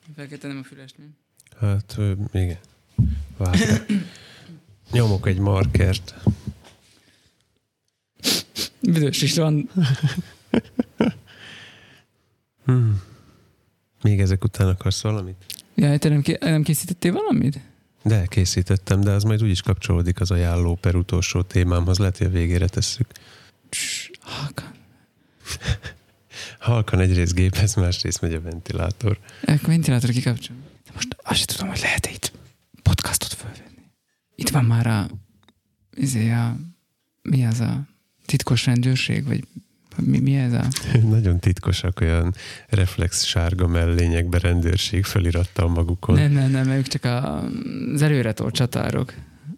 Fel kell tennem a fülest, mi? Hát, igen. Várj. Nyomok egy markert. Büdös is van. Még ezek után akarsz valamit? Ja, te nem készítettél valamit? De készítettem, de az majd úgyis kapcsolódik az ajánló per utolsó témámhoz. Lehet, hogy a végére tesszük. Halkan. Halkan egyrészt gépez, másrészt megy a ventilátor. A ventilátor kikapcsol. De most azt sem tudom, hogy lehet-e itt podcastot fölvenni. Itt van már mi az a titkos rendőrség, vagy mi ez a... Nagyon titkosak, olyan reflex sárga mellényekbe rendőrség felirattal magukon. Nem, ők csak az előretolt csatárok.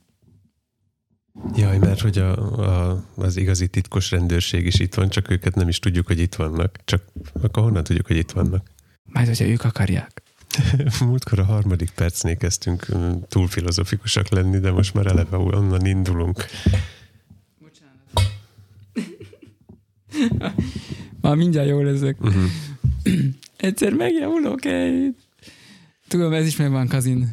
Jaj, mert hogy az igazi titkos rendőrség is itt van, csak őket nem is tudjuk, hogy itt vannak. Csak akkor honnan tudjuk, hogy itt vannak? Majd, hogyha ők akarják. Múltkor a 3. percnél kezdtünk túl filozofikusak lenni, de most már eleve onnan indulunk. Bocsánat. Már mindjárt jól leszek. Egyszer megjavulok egy. Tudom, ez is megvan, Kazin.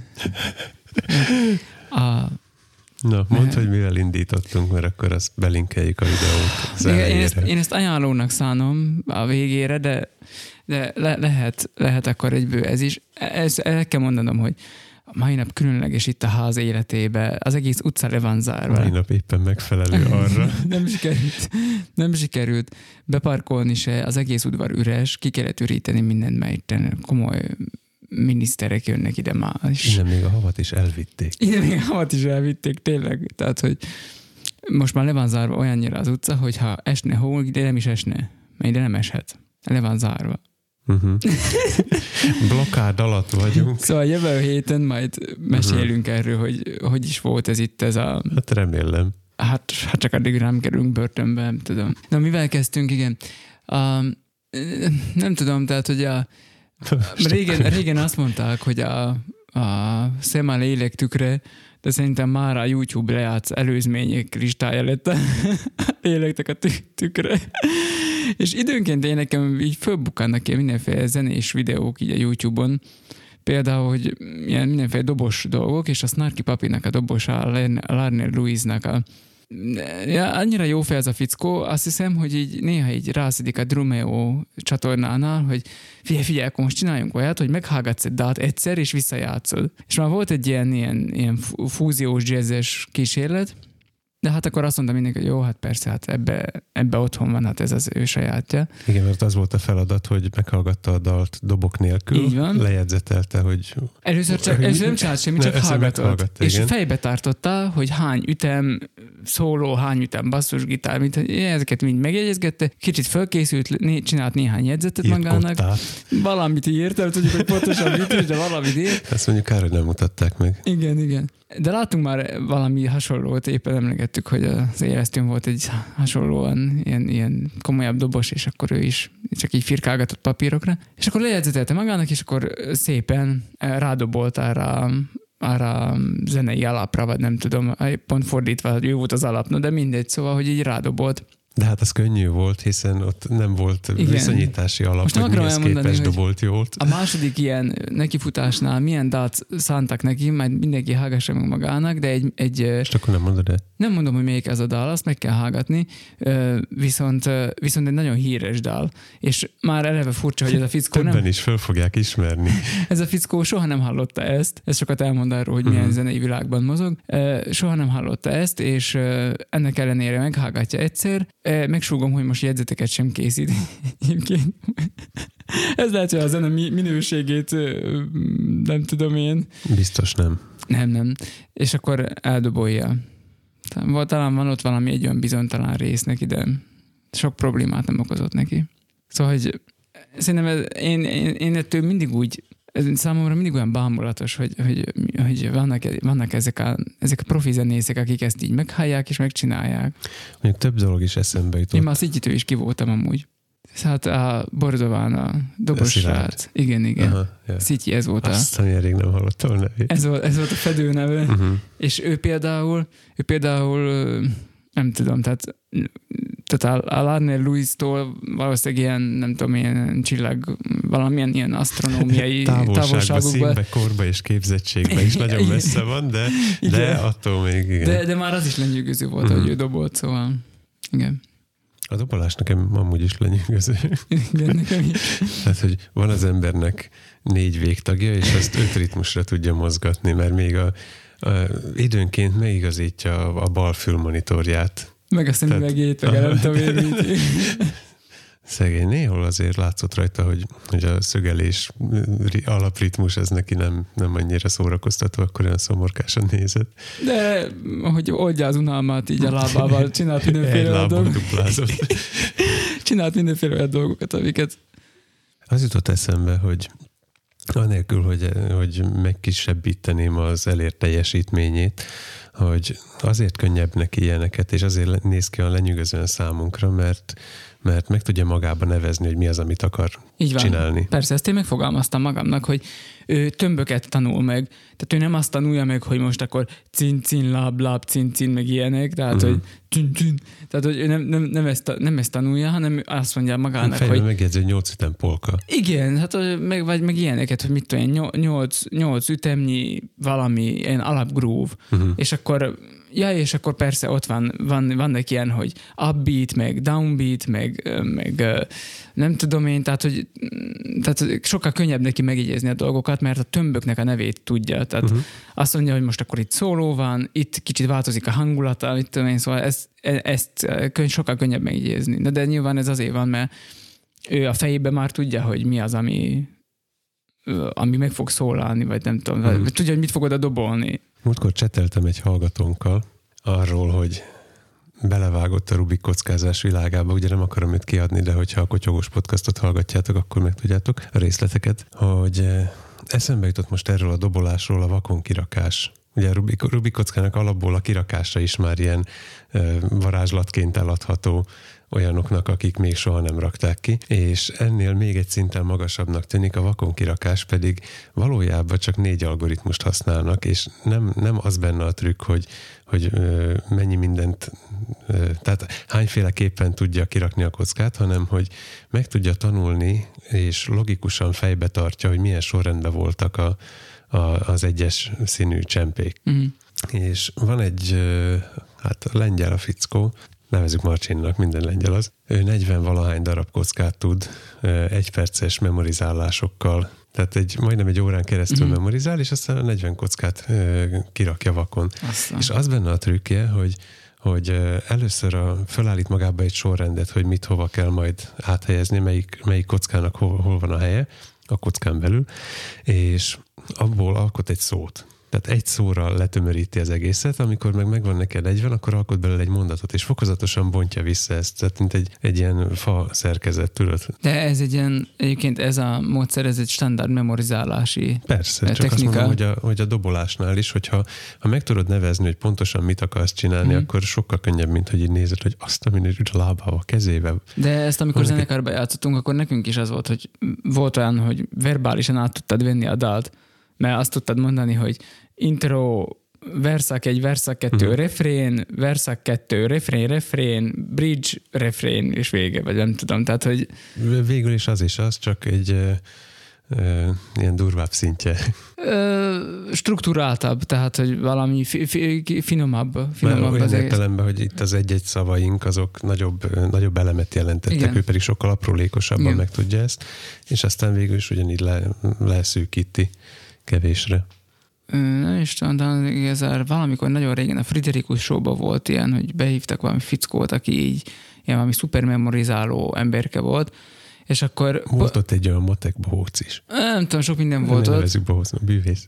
Na, mondd, hogy mivel indítottunk, mert akkor azt belinkeljük a videót az elejére. Én ezt ajánlónak szánom a végére, de lehet akkor egyből ez is. Ezt el kell mondanom, hogy a mai nap különleges itt a ház életébe. Az egész utca le van zárva. Mai nap éppen megfelelő arra. Nem sikerült beparkolni se, az egész udvar üres, ki kellett üríteni mindent, mert itt komoly miniszterek jönnek ide már. Innen még a havat is elvitték. Tényleg. Tehát, hogy most már le van zárva olyannyira az utca, hogy ha esne hó, de nem is esne, mert ide nem eshet. Le van zárva. Blokkád alatt vagyunk. Szóval jövő héten majd mesélünk erről, hogy is volt ez itt ez a... Hát remélem. Hát csak addig nem kerülünk börtönbe, nem tudom. Na, mivel kezdtünk, igen. Nem tudom, tehát, hogy régen azt mondták, hogy a szem a lélek tükre, de szerintem már a YouTube lejátsz előzmények listája lett a léleknek a tükre. És időnként én nekem így fölbukkannak ilyen mindenféle zenés videók így a YouTube-on, például, hogy ilyen mindenféle dobos dolgok, és a Snarky Papinak a dobosa, a Larner Louise-nak annyira jó fej ez a fickó, azt hiszem, hogy így néha így rászedik a Drumeo csatornánál, hogy figyelj, akkor most csináljunk olyat, hogy meghallgatsz egy dalt egyszer, és visszajátszod. És már volt egy ilyen fúziós jazzes kísérlet, de hát akkor azt mondta mindenki, hogy jó, hát persze, hát ebbe otthon van, hát ez az ő sajátja. Igen, mert az volt a feladat, hogy meghallgatta a dalt dobok nélkül, lejegyzetelte, hogy... Először nem csinált semmit, csak hallgatott. És igen. fejbe tartotta, hogy hány ütem szóló, hány ütem basszusgitár, mint hogy ezeket mind megjegyezgette, kicsit fölkészült, csinált néhány jegyzetet magának. Kottát. Valamit írt, nem tudjuk, hogy pontosan mit is, de valamit írt. Ezt mondjuk kár, hogy nem mutatták meg. Igen. De láttunk már valami hasonlót, éppen emlegettük, hogy az élesztőn volt egy hasonlóan ilyen komolyabb dobos, és akkor ő is csak így firkálgatott papírokra. És akkor lejegyzetelte magának, és akkor szépen rádobolt arra a zenei alapra, vagy nem tudom, pont fordítva, hogy ő volt az alap, de mindegy, szóval, hogy így rádobolt. De hát az könnyű volt, hiszen ott nem volt viszonyítási alap, most hogy mihez képest dobolt jól. A második ilyen nekifutásnál milyen dalt szántak neki, majd mindenki hallgassa meg magának, de egy és akkor nem mondod el? Nem mondom, hogy melyik ez a dal, azt meg kell hallgatni, viszont egy nagyon híres dal, és már eleve furcsa, hogy ez a fickó többen is föl fogják ismerni. Ez a fickó soha nem hallotta ezt, ez sokat elmond arról, hogy milyen zenei világban mozog, soha nem hallotta ezt, és ennek ellenére meghallgatja egyszer, megsúgom, hogy most jegyzeteket sem készít. Ez lehet, hogy a zene minőségét nem tudom én. Biztos nem. Nem. És akkor eldobolja. Talán van ott valami egy olyan bizonytalan rész neki, de sok problémát nem okozott neki. Szóval, hogy szerintem én ettől mindig úgy, számomra mindig olyan bámulatos, hogy vannak ezek a profi zenészek, akik ezt így meghallják és megcsinálják. Mondjuk több dolog is eszembe jutott. Én már Szityitől is ki voltam amúgy. Hát a Bordován a dobos srác. Igen. Aha, ja. Szityi, ez volt azt, ami elég nem hallottam a nevét. Ez volt a fedő neve. És ő például nem tudom, tehát tehát a Lardner Lewis-tól valószínűleg ilyen, nem tudom, ilyen csillag, valamilyen ilyen asztronómiai távolságokban. Színbe, korba és képzettségbe is nagyon messze van, de attól még igen. De már az is lenyűgöző volt, hogy ő dobolt, szóval igen. A dobolás nekem amúgy is lenyűgöző. Igen, nekem is. Tehát, hogy van az embernek 4 végtagja, és azt 5 ritmusra tudja mozgatni, mert még időnként megigazítja a bal fülmonitorját. Meg a szemüvegét, meg nem tudom én. Szegény. Néhol azért látszott rajta, hogy a szögelés alapritmus ez neki nem annyira szórakoztató, akkor olyan szomorkásan nézett. De hogy oldja az unalmát így a lábával, csinált mindenféle olyan dolgokat. Csinált mindenféle olyan dolgokat, amiket... Az jutott eszembe, hogy anélkül, hogy megkisebbíteném az elért teljesítményét, hogy azért könnyebb neki ilyeneket, és azért néz ki olyan lenyűgözően számunkra, mert meg tudja magába nevezni, hogy mi az, amit akar csinálni. Persze, ezt én megfogalmaztam magamnak, hogy ő tömböket tanul meg. Tehát ő nem azt tanulja meg, hogy most akkor cin-cin, láb-láb, cin-cin, meg ilyenek, tehát hogy cin-cin. Tehát, hogy ő nem ezt tanulja, hanem azt mondja magának, fejben hogy... megjegyző 8 ütem polka. Igen, hát meg ilyeneket, hogy mit tudom, 8 ütemnyi valami, ilyen alapgroove, és akkor persze ott vannak ilyen, hogy upbeat, meg downbeat, meg nem tudom én, tehát sokkal könnyebb neki megígézni a dolgokat, mert a tömböknek a nevét tudja. Tehát azt mondja, hogy most akkor itt szóló van, itt kicsit változik a hangulata, mit tudom én, szóval ezt sokkal könnyebb megígézni. De nyilván ez azért van, mert ő a fejében már tudja, hogy mi az, ami meg fog szólalni, vagy nem tudom, vagy tudja, hogy mit fog oda dobolni. Múltkor cseteltem egy hallgatónkkal arról, hogy belevágott a Rubik kockázás világába, ugye nem akarom őt kiadni, de hogyha a Kotyogós podcastot hallgatjátok, akkor megtudjátok a részleteket, hogy eszembe jutott most erről a dobolásról a vakon kirakás. Ugye a Rubik kockának alapból a kirakása is már ilyen varázslatként eladható olyanoknak, akik még soha nem rakták ki, és ennél még egy szinten magasabbnak tűnik, a vakon kirakás pedig valójában csak 4 algoritmust használnak, és nem az benne a trükk, hogy mennyi mindent, tehát hányféleképpen tudja kirakni a kockát, hanem hogy meg tudja tanulni, és logikusan fejbe tartja, hogy milyen sorrendben voltak az egyes színű csempék. És van egy, lengyel a fickó, nevezzük Marcsinnak, minden lengyel az. Ő 40-valahány darab kockát tud 1 perces memorizálásokkal, tehát majdnem egy órán keresztül memorizál, és aztán a 40 kockát kirakja vakon. Aztán. És az benne a trükkje, hogy először fölállít magába egy sorrendet, hogy mit hova kell majd áthelyezni, melyik kockának hol van a helye, a kockán belül, és abból alkot egy szót. Tehát egy szóra letömöríti az egészet, amikor megvan neked 40, akkor alkot belőle egy mondatot, és fokozatosan bontja vissza ezt, tehát mint egy ilyen fa szerkezet, tudod? De ez egyébként ez a módszer, ez egy standard memorizálási Persze, technika. Csak azt mondom, hogy a dobolásnál is, hogyha meg tudod nevezni, hogy pontosan mit akarsz csinálni, akkor sokkal könnyebb, mint hogy így nézed, hogy azt a minőt a lábával, kezével. De ezt amikor zenekarba játszottunk, akkor nekünk is az volt, hogy volt olyan, hogy verbálisan át tudtad venni a dalt, mert azt tudtad mondani, hogy intro, verszak 1, verszak 2, refrén, verszak 2, refrén, bridge, refrén, és vége, vagy nem tudom, tehát, hogy... Végül is az, csak egy ilyen durvább szintje. Strukturáltabb, tehát, hogy valami finomabb olyan értelemben, hogy itt az egy-egy szavaink, azok nagyobb elemet jelentettek, igen. Ő pedig sokkal aprólékosabban meg tudja ezt, és aztán végül is ugyanígy leszűkíti kevésre. Nem is tudom, de valamikor nagyon régen a Friderikus Show-ban volt ilyen, hogy behívtak valami fickót, aki így ilyen valami szupermemorizáló emberke volt, és akkor... Volt ott egy olyan matek bohóc is. Nem tudom, sok minden volt ott. Nevezzük bohócnak, bűvész.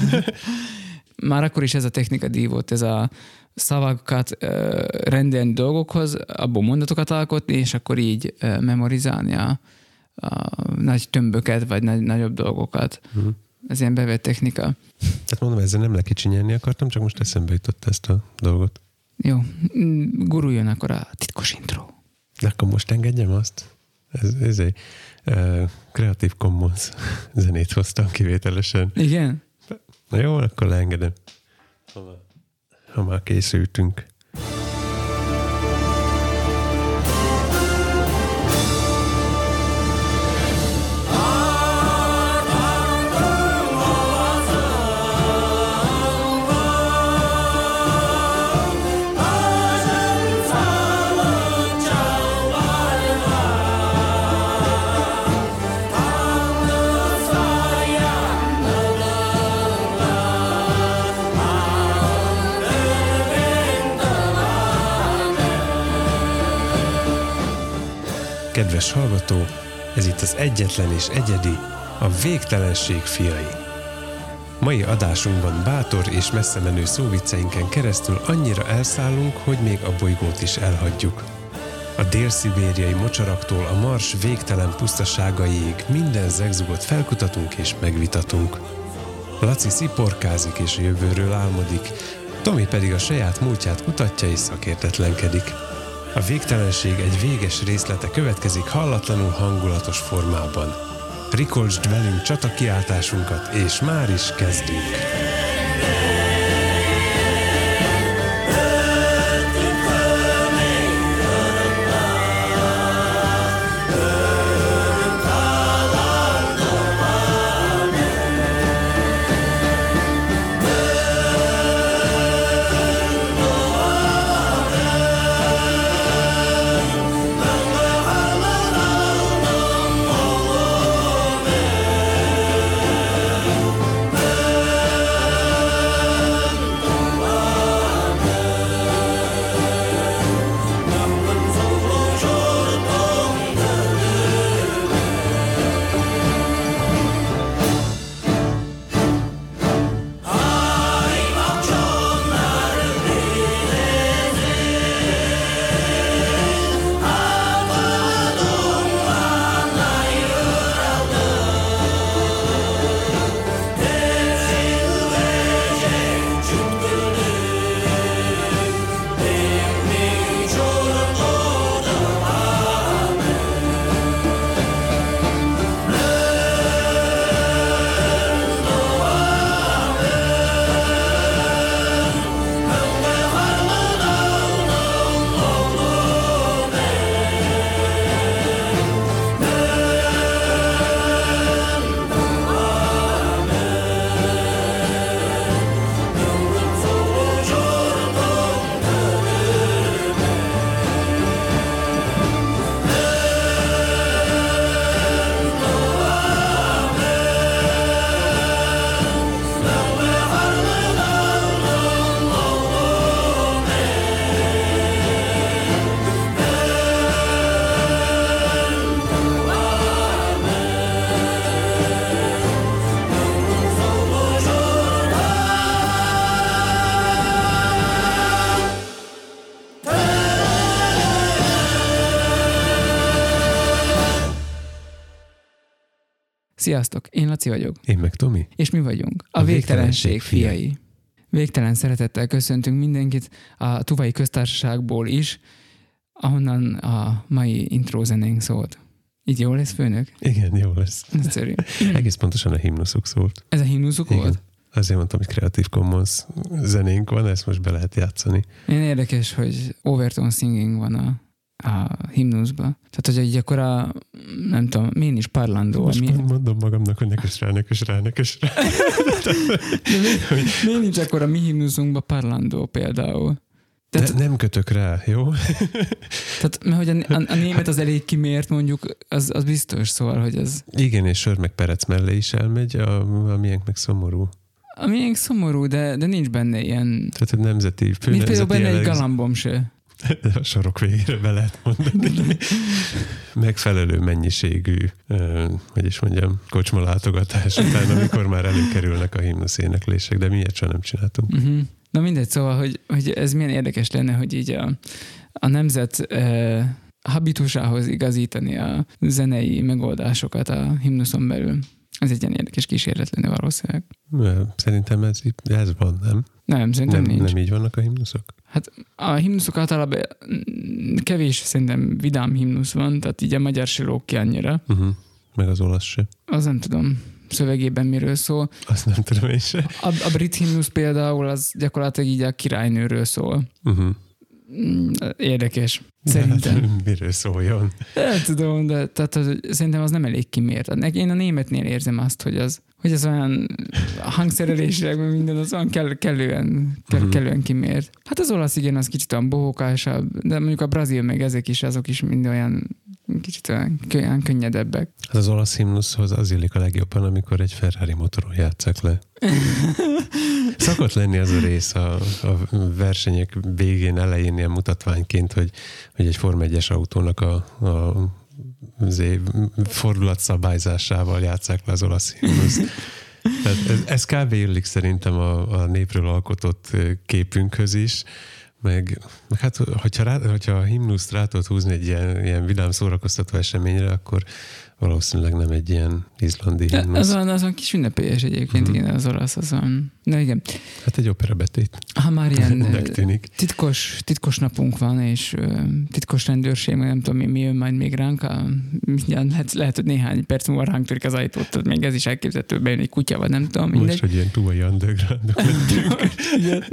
Már akkor is ez a technika dívott, ez a szavakat rendelni dolgokhoz, abból mondatokat alkotni, és akkor így memorizálni a nagy tömböket, vagy nagyobb dolgokat. Ez ilyen bevett technika. Tehát mondom, ezzel nem lekicsinyelni akartam, csak most eszembe jutott ezt a dolgot. Jó, guruljon akkor a titkos intro. De akkor most engedjem azt? Ez egy Creative Commons zenét hoztam kivételesen. Igen? Na jó, akkor leengedem. Ha már készültünk. kedves hallgató, ez itt az egyetlen és egyedi, a végtelenség fiai. Mai adásunkban bátor és messzemenő szóvicceinken keresztül annyira elszállunk, hogy még a bolygót is elhagyjuk. A dél-szibériai mocsaraktól a Mars végtelen pusztaságaiig minden zegzugot felkutatunk és megvitatunk. Laci sziporkázik és a jövőről álmodik, Tomi pedig a saját múltját kutatja és szakértetlenkedik. A végtelenség egy véges részlete következik hallatlanul hangulatos formában. Rikoltsd velünk csatakiáltásunkat, és már is kezdünk! Sziasztok, én Laci vagyok. Én meg Tomi. És mi vagyunk a végtelenség fiai. Végtelen szeretettel köszöntünk mindenkit a Tuvai Köztársaságból is, ahonnan a mai intro zenénk szólt. Így jó lesz, főnök? Igen, jó lesz. Nagyszerű. Egész pontosan a himnuszuk szólt. Ez a himnuszuk volt? Azért mondtam, hogy Creative Commons zenénk van, ezt most be lehet játszani. Én érdekes, hogy overtone singing van a himnuszban. Tehát, hogy így akkor nem tudom, miért is parlandó. Most mondom magamnak, hogy nekes rá. Miért nincs akkor a mi himnuszunkban parlandó például? Tehát, nem kötök rá, jó? Tehát, mert hogy a német az elég kimért, mondjuk, az biztos, szóval, hogy ez... Igen, és sör meg perec mellé is elmegy, a miénk meg szomorú. A miénk szomorú, de nincs benne ilyen... Tehát, hogy nemzeti... Nincs például benne egy galambom se. A sorok végére be lehet mondani. Megfelelő mennyiségű, hogy is mondjam, kocsma látogatás után, amikor már előkerülnek a himnusz éneklések, de miért sem nem csináltunk. Uh-huh. Na mindegy, szóval, hogy ez milyen érdekes lenne, hogy így a nemzet habitusához igazítani a zenei megoldásokat a himnuszon belül. Ez egy ilyen érdekes kísérlet lenne valószínűleg. Szerintem ez van, nem? Nem, szerintem nincs. Nem így vannak a himnuszok? Hát a himnuszok általában kevés szerintem vidám himnusz van, tehát így a magyar se lóg ki annyira. Uh-huh. Meg az olasz se. Az nem tudom szövegében miről szól. Azt nem tudom én se. A brit himnusz például az gyakorlatilag így a királynőről szól. Uh-huh. Érdekes. Szerintem. Hát, miről szóljon? Nem tudom, de tehát, szerintem az nem elég kimért. Én a németnél érzem azt, hogy az olyan hangszerelések, minden az olyan kellően kimért. Hát az olasz igen, az kicsit olyan bohókásabb, de mondjuk a brazil meg azok is mind olyan kicsit olyan könnyedebbek. Hát az olasz himnuszhoz az illik a legjobban, amikor egy Ferrari motoron játsszák le. Szokott lenni az a rész a versenyek végén, elején ilyen mutatványként, hogy egy Forma 1-es autónak a fordulatszabályzásával játsszák le az olasz himnuszt. Tehát ez kb. Illik szerintem a népről alkotott képünkhöz is, meg hát, hogyha a himnuszt rá tudod húzni egy ilyen vidám szórakoztató eseményre, akkor valószínűleg nem egy ilyen izlandi himnusz. Azon kis ünnepélyes egyébként, igen, az olasz azon. Na igen. Hát egy operabetét. Ha már ilyen titkos napunk van, és titkos rendőrség, meg nem tudom mi jön majd még ránk, lehet, hogy néhány perc múlva ránk törik az ajtót, még ez is elképzelhető, bejön egy kutya, vagy nem tudom. Most, hogy ilyen túlai underground-ok mentünk. Igen.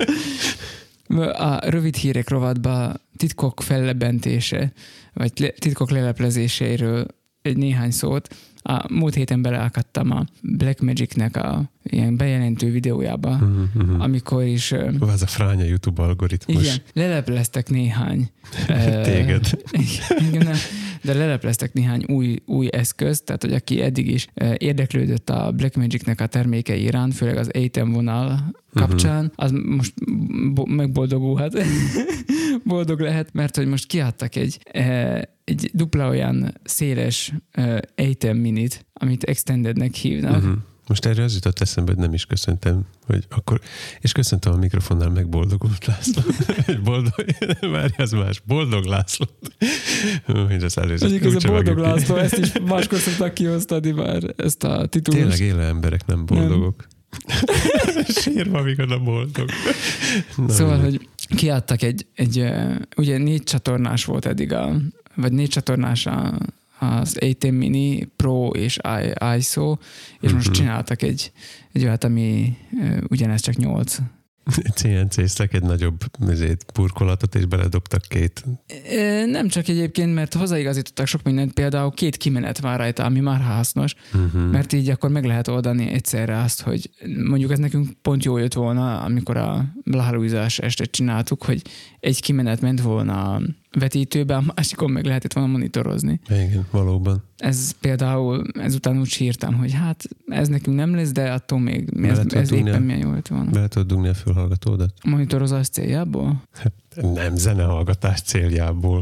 A rövid hírek rovatban titkok fellebbentése, vagy titkok leleplezéséről egy néhány szót. A múlt héten beleakadtam a Blackmagicnek a ilyen bejelentő videójába, amikor is... Az a fránya YouTube algoritmus. Igen, lelepleztek néhány... Téged. Igen, de lelepleztek néhány új eszközt, tehát hogy aki eddig is érdeklődött a Blackmagicnek a termékei iránt, főleg az ATEM vonal kapcsán, az most megboldogulhat. Boldog lehet, mert hogy most kiadtak egy dupla olyan széles ATEM minit, amit Extendednek hívnak. Most erre az jutott eszembe, hogy nem is köszöntem, hogy akkor, és köszöntem a mikrofonnál megboldogult László. Várj, az más. Boldog László. Hogy az előző. Mondjuk ez a Boldog László, ezt is máskor szoktak kiosztani már, ezt a titulust. Tényleg élő emberek nem boldogok. Sírva, amikor a boldog. Szóval, hogy kiadtak egy ugye 4 csatornás volt eddig vagy 4 csatornás az ATEM Mini Pro és ISO, és most csináltak egy olyat, ami ugyanez csak 8. CNC-ztek egy nagyobb burkolatot, és beledobtak 2. Nem csak egyébként, mert hozzáigazítottak sok mindent, például 2 kimenet van rajta, ami már hasznos, mert így akkor meg lehet oldani egyszerre azt, hogy mondjuk ez nekünk pont jól jött volna, amikor a Blahalújzás estet csináltuk, hogy egy kimenet ment volna a vetítőbe, a másikon meg lehetett volna monitorozni. Igen, valóban. Ez például, ezután úgy sírtam, hogy hát ez nekünk nem lesz, de attól még ez éppen milyen jó lett volna. Be tudod dugni a fülhallgatódat? A monitorozás céljából? Nem, zenehallgatás céljából.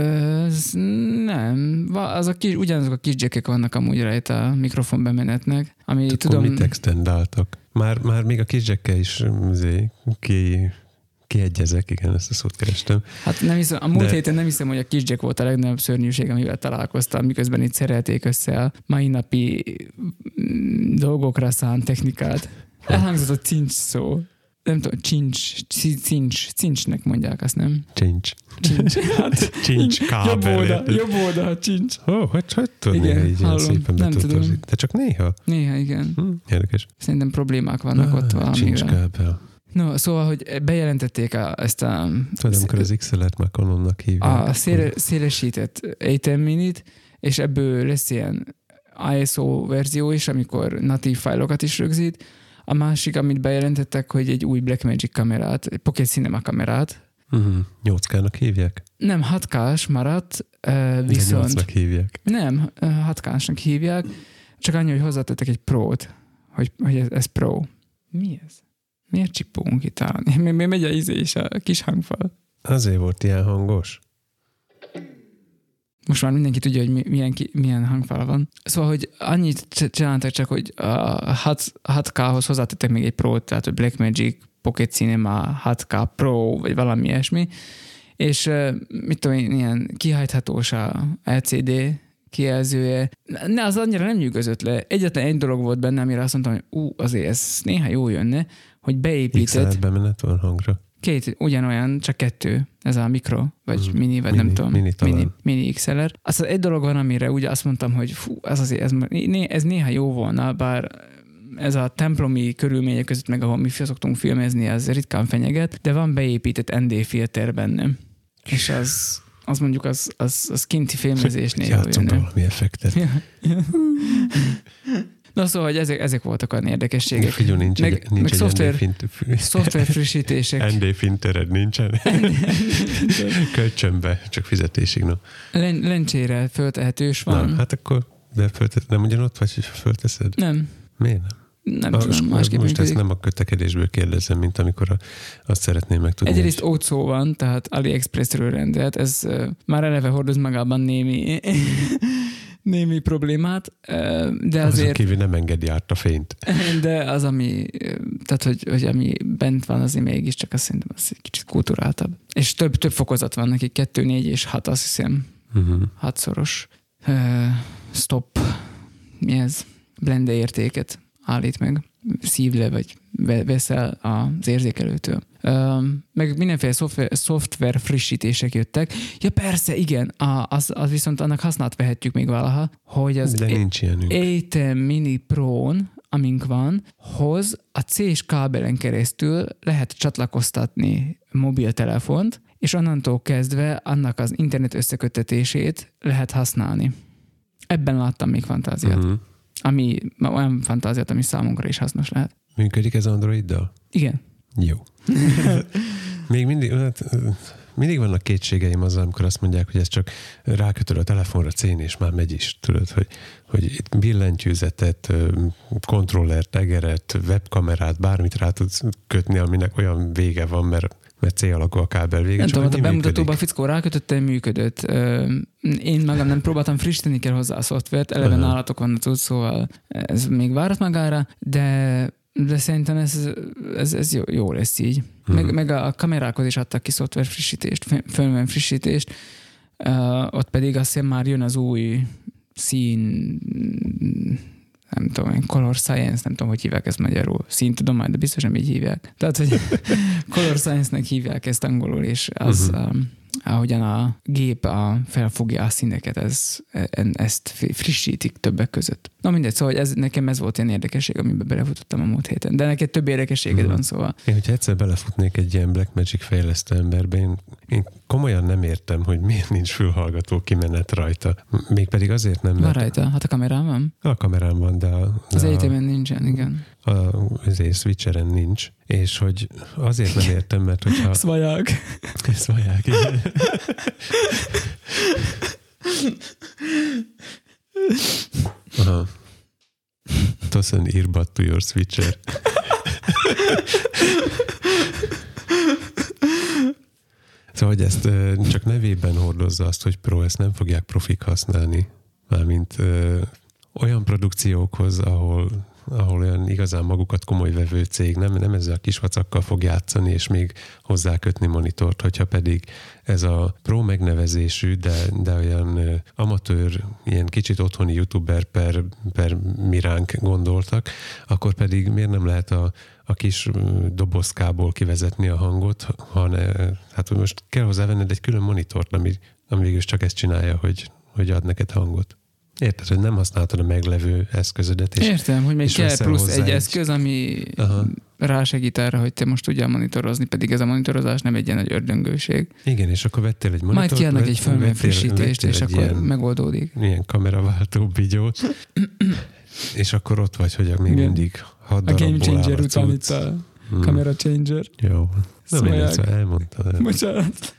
Nem. Ugyanazok a kis jackek vannak amúgy rajta a mikrofonbemenetnek, ami akkor tudom... mit extendáltak? Már még a kis jackkel is kiegyezek, igen, ezt a szót kerestem. Hát nem hiszem, a múlt héten nem hiszem, hogy a kis jack volt a legnagyobb szörnyűség, amivel találkoztam, miközben itt szerelték össze a mai napi dolgokra szánt technikát. Elhangzott a cincs szó. Nem tudom, cincsnek mondják, azt nem? Cincs. Hát, cincs kábel. Jobb oldal, cincs. Hogy tudni, igen, így szépen betudtozni. De csak néha? Néha, igen. Érdekes. Szerintem problémák vannak ott valamivel. Cincs kábel. No, szóval, hogy bejelentették ezt a... Tudom, amikor az XLR-t már Canonnak hívják. A szélesített ATEM minit, és ebből lesz ilyen ISO verzió is, amikor natív fájlokat is rögzít. A másik, amit bejelentettek, hogy egy új Blackmagic kamerát, egy Pocket Cinema kamerát. 8K-nak hívják? Nem, 6K-s maradt, viszont... De 8-nak hívják. Nem, 6K-snak hívják, csak annyi, hogy hozzátettek egy Pro-t, hogy ez Pro. Mi ez? Miért csipogunk itt állni? Még megy a és a kis hangfal. Azért volt ilyen hangos. Most már mindenki tudja, hogy milyen hangfal van. Szóval, hogy annyit csináltak csak, hogy a 6K-hoz hozzátettek még egy Pro-t, tehát a Blackmagic Pocket Cinema 6K Pro, vagy valami ilyesmi, és mit tudom én, ilyen kihajthatós a LCD kijelzője. Az annyira nem nyűgözött le. Egyetlen egy dolog volt benne, amire azt mondtam, hogy azért ez néha jó jönne, hogy beépített... XLR bemenet van hangra? 2, ugyanolyan, csak 2. Ez a mikro, vagy mini, vagy nem tudom. Mini XLR. Aztán egy dolog van, amire ugye azt mondtam, hogy ez néha jó volna, bár ez a templomi körülmények között, meg ahol mi szoktunk filmezni, az ritkán fenyeget, de van beépített ND filter benne. És az mondjuk az kinti filmezésnél jó jönne. Játszom valami effektet. Na szóval, hogy ezek voltak olyan érdekességek. Figyelj, nincs meg szoftver frissítések. ND fintered nincsen. Kölcsönbe, csak fizetésig. No. Lencsére föltehetős van. Na, hát akkor nem ugyanott vagy, hogy fölteszed? Nem. Miért nem? Nem tudom, másképp most ezt nem a kötekedésből kérdezem, mint amikor azt szeretném megtudni. Egyrészt ócó van, tehát AliExpressről rendelt, ez már eleve hordoz magában némi némi problémát, de Azon azért... kívül nem engedi át a fényt. De az, ami, tehát, hogy ami bent van, azért mégiscsak azt szerintem az egy kicsit kulturáltabb. És több fokozat van neki, 2, 4 és 6, azt hiszem. 6-szoros stop, mi ez? Blende értéket állít meg, szív le, vagy veszel az érzékelőtől. Meg mindenféle szoftver frissítések jöttek. Ja persze, igen, az viszont annak hasznát vehetjük még valaha, hogy az de nincs ilyenünk. ATEM Mini Pro-n, amink van, hoz a C-s kábelen keresztül lehet csatlakoztatni mobiltelefont, és onnantól kezdve annak az internet összeköttetését lehet használni. Ebben láttam még fantáziát. Ami olyan fantáziát, ami számunkra is hasznos lehet. Működik ez Androiddal? Igen. Jó. Még mindig vannak kétségeim azzal, amikor azt mondják, hogy ez csak rákötöd a telefonra C-n, és már megy is. Tudod, hogy itt billentyűzetet, kontrollert, egeret, webkamerát, bármit rá tudsz kötni, aminek olyan vége van, mert C alakú a kábel vége. Nem tudom, a bemutatóban a fickó rákötötte, működött. Én magam nem próbáltam, frissíteni kell hozzá a szoftvert, eleve nálatok van a cucc, szóval ez még várat magára, de szerintem ez jó lesz így. Meg a kamerákhoz is adtak ki szoftver frissítést, firmware frissítést, ott pedig azt hiszem már jön az új szín, nem tudom, Color Science, nem tudom, hogy hívják ezt magyarul. Színtudomány, de biztos nem így hívják. Tehát, hogy Color Science-nek hívják ezt angolul, és az, ahogyan a gép felfogja a színeket, ezt frissítik többek között. Na mindegy, szóval nekem ez volt ilyen érdekesség, amiben belefutottam a múlt héten. De neked több érdekességed van, szóval. Én, hogyha egyszer belefutnék egy ilyen Blackmagic fejlesztő emberbe, én komolyan nem értem, hogy miért nincs fülhallgató kimenet rajta. Mégpedig azért nem. Van rajta? Hát a kamerám van? A kamerám van, de az egyetemen nincsen, igen. A switcheren nincs, és hogy azért nem értem, mert hogyha... Szvaják, igen. Aha. Toss an earbud to your switcher. Szóval, hogy ezt csak nevében hordozza azt, hogy Pro, ezt nem fogják profik használni. Mármint olyan produkciókhoz, ahol olyan igazán magukat komoly vevő cég nem ezzel a kis vacakkal fog játszani, és még hozzákötni monitort, hogyha pedig ez a Pro megnevezésű, de olyan amatőr, ilyen kicsit otthoni youtuber per miránk gondoltak, akkor pedig miért nem lehet a kis dobozkából kivezetni a hangot, hanem hát most kell hozzávenned egy külön monitort, ami végül csak ezt csinálja, hogy ad neked hangot. Érted, hogy nem használtad a meglevő eszközödet. Értem, hogy még kell plusz egy eszköz, ami rásegít arra, hogy te most tudjál monitorozni, pedig ez a monitorozás nem egy ilyen nagy ördöngőség. Igen, és akkor vettél egy monitort. Majd kiadnak egy firmware frissítést, és akkor ilyen, megoldódik. Ilyen kameraváltó bigyót. És akkor ott vagy, hogy még mindig 6 darabból áll a Game changer után itt a kamera changer. Jó. Nem én ezt elmondtam. Bocsánat.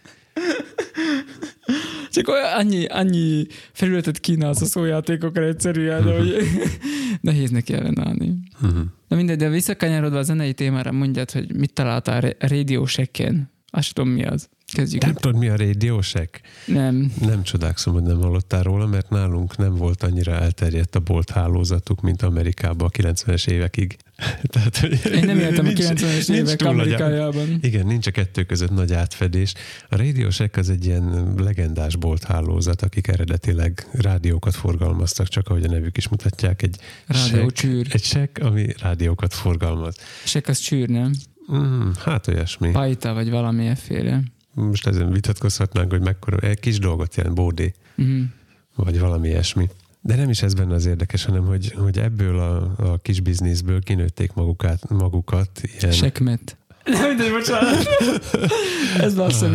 Csak annyi felületet kínálsz a szójátékokra egyszerűen, de hogy nehéz neki ellenállni. Na mindegy, de visszakanyarodva a zenei témára mondjad, hogy mit találtál a Radio Shack-en. Azt tudom, mi az. Kezdjük. Nem tudod, mi a Radio Shack? Nem. Nem csodálkozom, hogy nem hallottál róla, mert nálunk nem volt annyira elterjedt a bolthálózatuk, mint Amerikában a 90-es évekig. Tehát, én nem éltem a 90-es évek Amerikájában. Igen, nincs a kettő között nagy átfedés. A Radio Shack az egy ilyen legendás bolthálózat, akik eredetileg rádiókat forgalmaztak, csak ahogy a nevük is mutatják. Egy shack, ami rádiókat forgalmaz. Shack az csűr, nem? Hát olyasmi. Pajta, vagy valamilyenféle. Most ezen vitatkozhatnánk, hogy mekkora, egy kis dolgot jelent, bódé, vagy valami ilyesmi. De nem is ez benne az érdekes, hanem hogy ebből a kis bizniszből kinőtték magukat ilyen... Sekmet. Nem mindegy, bocsánat. Ez basszom,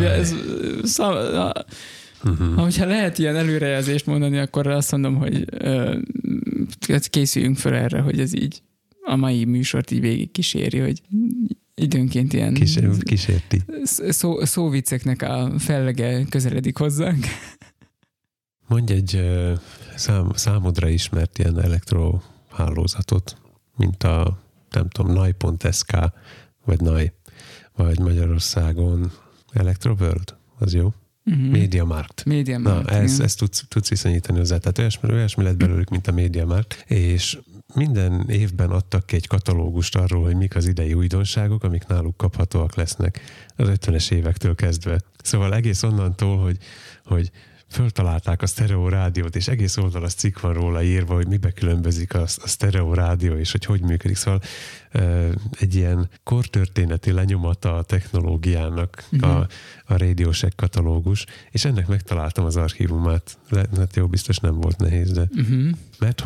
hogyha lehet ilyen előrejelzést mondani, akkor azt mondom, hogy készüljünk fel erre, hogy ez így a mai műsort így végig kíséri, hogy időnként ilyen kísérti. Szóvicceknek a fellege közeledik hozzánk. Mondj egy számodra ismert ilyen elektrohálózatot, mint a, nem tudom, nai.sk, vagy NAI, vagy Magyarországon Electroworld, az jó? MediaMarkt. MediaMarkt. Na, ezt tudsz viszonyítani hozzá. Tehát olyasmi lett belőlük, mint a MediaMarkt, és minden évben adtak ki egy katalógust arról, hogy mik az idei újdonságok, amik náluk kaphatóak lesznek az 50-es évektől kezdve. Szóval egész onnantól, hogy föltalálták a sztereó rádiót, és egész oldalas cikk van róla írva, hogy mibe különbözik a sztereó rádió, és hogy működik. Szóval egy ilyen kortörténeti lenyomata a technológiának a Radio Shack katalógus, és ennek megtaláltam az archívumát. Hát jó, biztos nem volt nehéz, de mert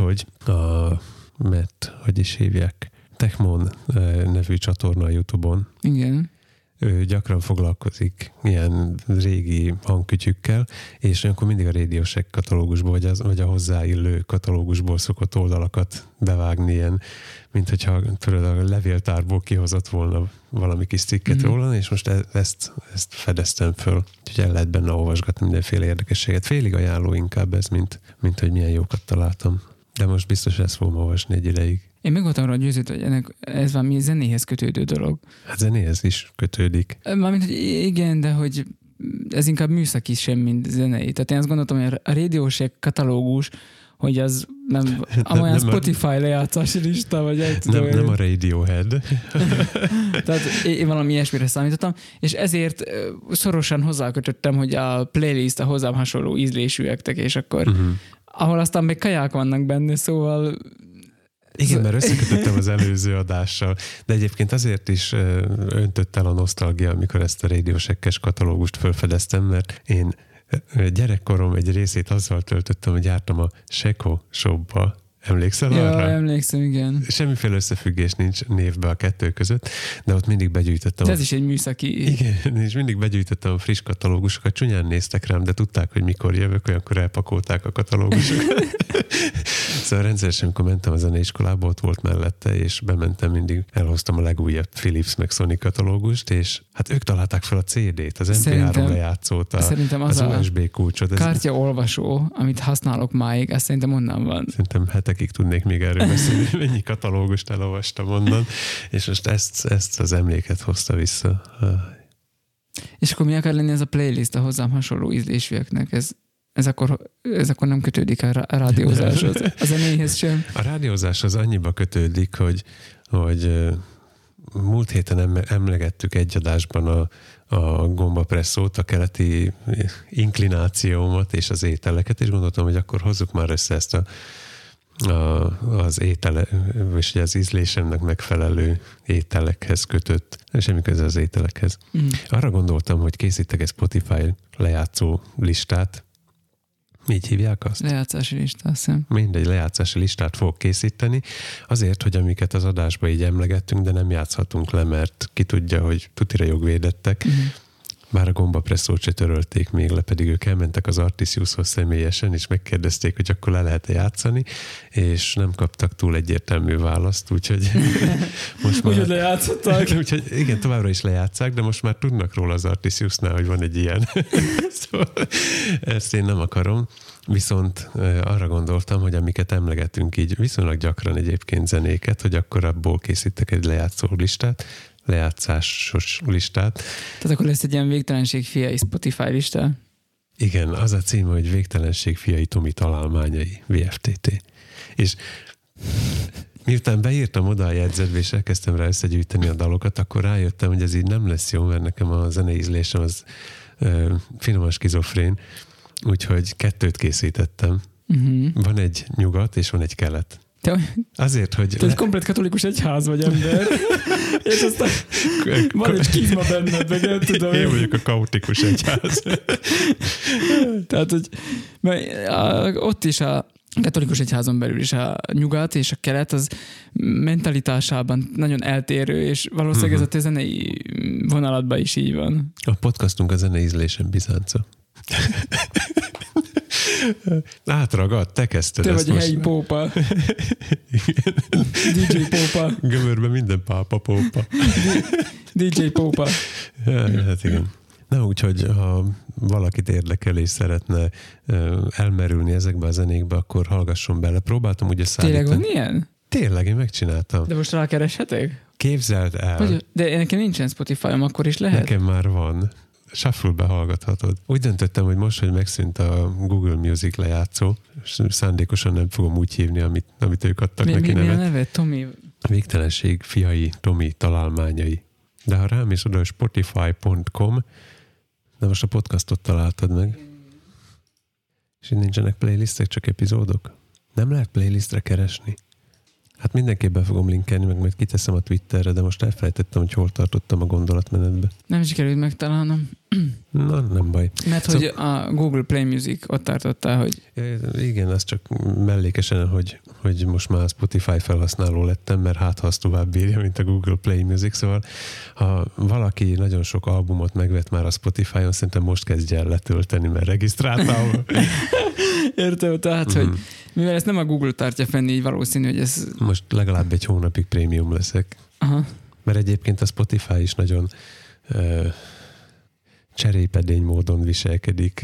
hogy is hívják, Techmon nevű csatorna a YouTube-on. Igen. Ő gyakran foglalkozik ilyen régi hangkütyükkel, és olyankor mindig a Radio Shack katalógusból, vagy a hozzáillő katalógusból szokott oldalakat bevágni, ilyen, mint hogyha tudod, a levéltárból kihozott volna valami kis cikket róla, és most ezt fedeztem föl. Úgyhogy el lehet benne olvasgatni mindenféle érdekességet. Félig ajánló inkább ez, mint hogy milyen jókat találtam. De most biztos ezt fogom olvasni egy ideig. Én meg voltam arra győződve, hogy ez valami zenéhez kötődő dolog. Hát zenéhez is kötődik. Mármint, hogy igen, de hogy ez inkább műszaki sem, mint zenei. Tehát én azt gondoltam, hogy a Radio Shack katalógus, hogy az nem olyan Spotify lejátszási lista, vagy egy tudom. Nem a Radiohead. Tehát én valami ilyesmire számítottam, és ezért szorosan hozzákötöttem, hogy a playlist a hozzám hasonló ízlésűektek, és akkor ahol aztán még kaják vannak benne, szóval... Igen, mert összekötöttem az előző adással, de egyébként azért is öntött el a nosztalgia, amikor ezt a Radio Shack-es katalógust felfedeztem, mert én gyerekkorom egy részét azzal töltöttem, hogy jártam a Seko shopba. Emlékszel arra? Ja, emlékszem, igen. Semmiféle összefüggés nincs névbe a kettő között, de ott mindig begyűjtöttem. Ez is egy műszaki... Igen, és mindig begyűjtöttem a friss katalógusokat, csúnyán néztek rám, de tudták, hogy mikor jövök, olyankor elpakolták a katalógusokat. Szóval rendszeresen, amikor mentem a zeneiskolába, ott volt mellette, és bementem mindig, elhoztam a legújabb Philips meg Sony katalógust, és hát ők találták fel a CD-t, az MP3 lejátszót, az USB kulcsot. Kártyaolvasó, amit használok máig, azt szerintem onnan van. Szerintem hetekig tudnék még erről beszélni, mennyi katalógust elolvastam onnan, és most ezt az emléket hozta vissza. És akkor mi akar lenni ez a playlist a hozzám hasonló ízlésűeknek? Ez akkor nem kötődik a rádiózáshoz, a zenéhez sem. A rádiózáshoz annyiba kötődik, hogy múlt héten emlegettük egy adásban a gombapresszót, a keleti inklinációmat és az ételeket, és gondoltam, hogy akkor hozzuk már össze ezt az étele, és az ízlésemnek megfelelő ételekhez kötött, semmi köze az ételekhez. Arra gondoltam, hogy készítek egy Spotify lejátszó listát. Így hívják azt? Lejátszási listát, azt hiszem. Mindegy, lejátszási listát fogok készíteni, azért, hogy amiket az adásba így emlegettünk, de nem játszhatunk le, mert ki tudja, hogy tutira jogvédettek. Bár a gombapresszót se törölték még le, pedig ők elmentek az Artisiushoz személyesen, és megkérdezték, hogy akkor le lehet-e játszani, és nem kaptak túl egyértelmű választ, úgyhogy most már... Úgyhogy lejátszották. Úgyhogy igen, továbbra is lejátszák, de most már tudnak róla az Artisiusnál, hogy van egy ilyen. Szóval ezt én nem akarom. Viszont arra gondoltam, hogy amiket emlegetünk így viszonylag gyakran egyébként zenéket, hogy akkor abból készítek egy lejátszó listát, lejátszásos listát. Tehát akkor lesz egy ilyen végtelenség fiai Spotify lista? Igen, az a címe, hogy Végtelenség fiai Tomi találmányai, VFTT. És miután beírtam oda a jegyzetbe, és elkezdtem rá összegyűjteni a dalokat, akkor rájöttem, hogy ez így nem lesz jó, mert nekem a zeneízlésem az finoman skizofrén, úgyhogy 2 készítettem. Van egy nyugat, és van egy kelet. Azért, hogy... Te egy komplet katolikus egyház vagy ember, és aztán van egy skizma benned, meg nem tudom. Én vagyok a kaotikus egyház. Tehát, hogy ott is a katolikus egyházon belül is a nyugat és a kelet az mentalitásában nagyon eltérő, és valószínűleg ez a te zenei vonalatban is így van. A podcastunk a zeneízlésem bizánca. Átragadt, te kezdted te ezt vagy most. helyi pópa. DJ pópa. Gömörben minden pápa pópa. DJ pópa. Hát igen. Na úgyhogy, ha valakit érdekel és szeretne elmerülni ezekbe a zenékbe, akkor hallgasson bele. Próbáltam ugye szállítani. Tényleg van ilyen? Tényleg, én megcsináltam. De most rákereshetek? Képzeld el. De nekem nincsen Spotify-om, akkor is lehet? Nekem már van. shuffle-be hallgathatod. Úgy döntöttem, hogy most, hogy megszűnt a Google Music lejátszó, szándékosan nem fogom úgy hívni, amit ők adtak neki nevet. Mi a neve? Tomi? Végtelenség fiai Tomi találmányai. De ha rám is oda a spotify.com, de most a podcastot találtad meg. És itt nincsenek playlistek, csak epizódok. Nem lehet playlistre keresni. Hát mindenképpen fogom linkelni, meg majd kiteszem a Twitterre, de most elfelejtettem, hogy hol tartottam a gondolatmenetbe. Nem sikerült megtalálnom. Na, nem baj. Mert hogy a Google Play Music ott tartottál, hogy... Igen, az csak mellékesen, hogy most már Spotify felhasználó lettem, mert hát ha az tovább bírja, mint a Google Play Music, szóval ha valaki nagyon sok albumot megvett már a Spotify-on, szerintem most kezdje el letölteni, mert regisztráltam. Értem, tehát, hogy mivel ezt nem a Google tartja fenn, így valószínű, hogy ez... Most legalább egy hónapig prémium leszek. Aha. Mert egyébként a Spotify is nagyon cserépedény módon viselkedik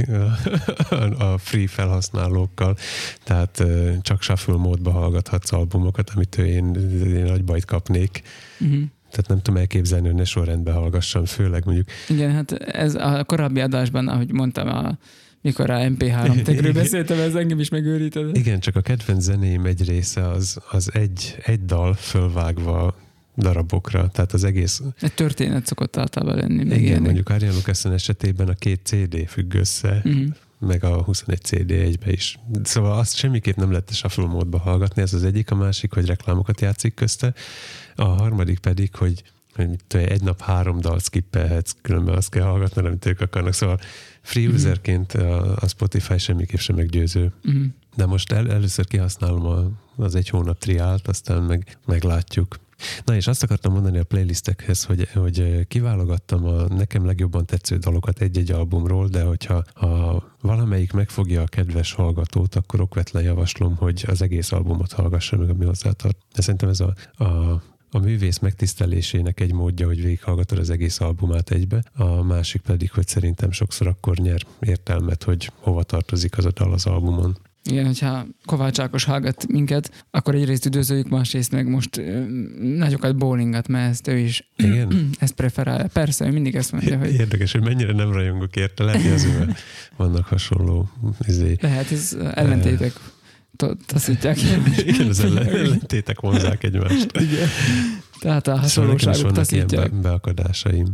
a free felhasználókkal, tehát csak shuffle módba hallgathatsz albumokat, amitől én nagy bajt kapnék. Tehát nem tudom elképzelni, hogy ne sorrendben hallgassam, főleg mondjuk. Igen, hát ez a korábbi adásban, ahogy mondtam, mikor a MP3 tegről beszéltem, ez engem is megőrített. Igen, csak a kedvenc zenéim egy része az egy dal fölvágva darabokra, tehát az egész... Egy történet szokott általában lenni. Igen, ilyenek. Mondjuk Arian Lucassen esetében a 2 CD függ össze, meg a 21 CD egybe is. Szóval azt semmiképp nem lehet shuffle módba hallgatni, ez az egyik, a másik, hogy reklámokat játszik közte, a harmadik pedig, hogy egy nap 3 dalt skippelhetsz, különben azt kell hallgatni, amit ők akarnak. Szóval free userként a Spotify semmiképp sem meggyőző. De most először kihasználom az egy hónap triált, aztán meglátjuk. Na és azt akartam mondani a playlistekhez, hogy kiválogattam a nekem legjobban tetsző dalokat egy-egy albumról, de hogyha valamelyik megfogja a kedves hallgatót, akkor okvetlen javaslom, hogy az egész albumot hallgassa meg, ami hozzátart. De szerintem ez a művész megtisztelésének egy módja, hogy végighallgatod az egész albumát egybe, a másik pedig, hogy szerintem sokszor akkor nyer értelmet, hogy hova tartozik az a dal az albumon. Igen, hogyha Kovács Ákos hallgat minket, akkor egyrészt üdvözöljük, másrészt meg most nagyokat bowlingat, mert ezt ő is ezt preferálja. Persze, ő mindig ezt mondja, hogy... Érdekes, hogy mennyire nem rajongok érte, lehet, hogy azért vannak hasonló Lehet, ez ellentétek taszítják. Igen, az ellentétek vonzák egymást. Igen. Tehát a hasonlóságok taszítják. Ilyen beakadásaim.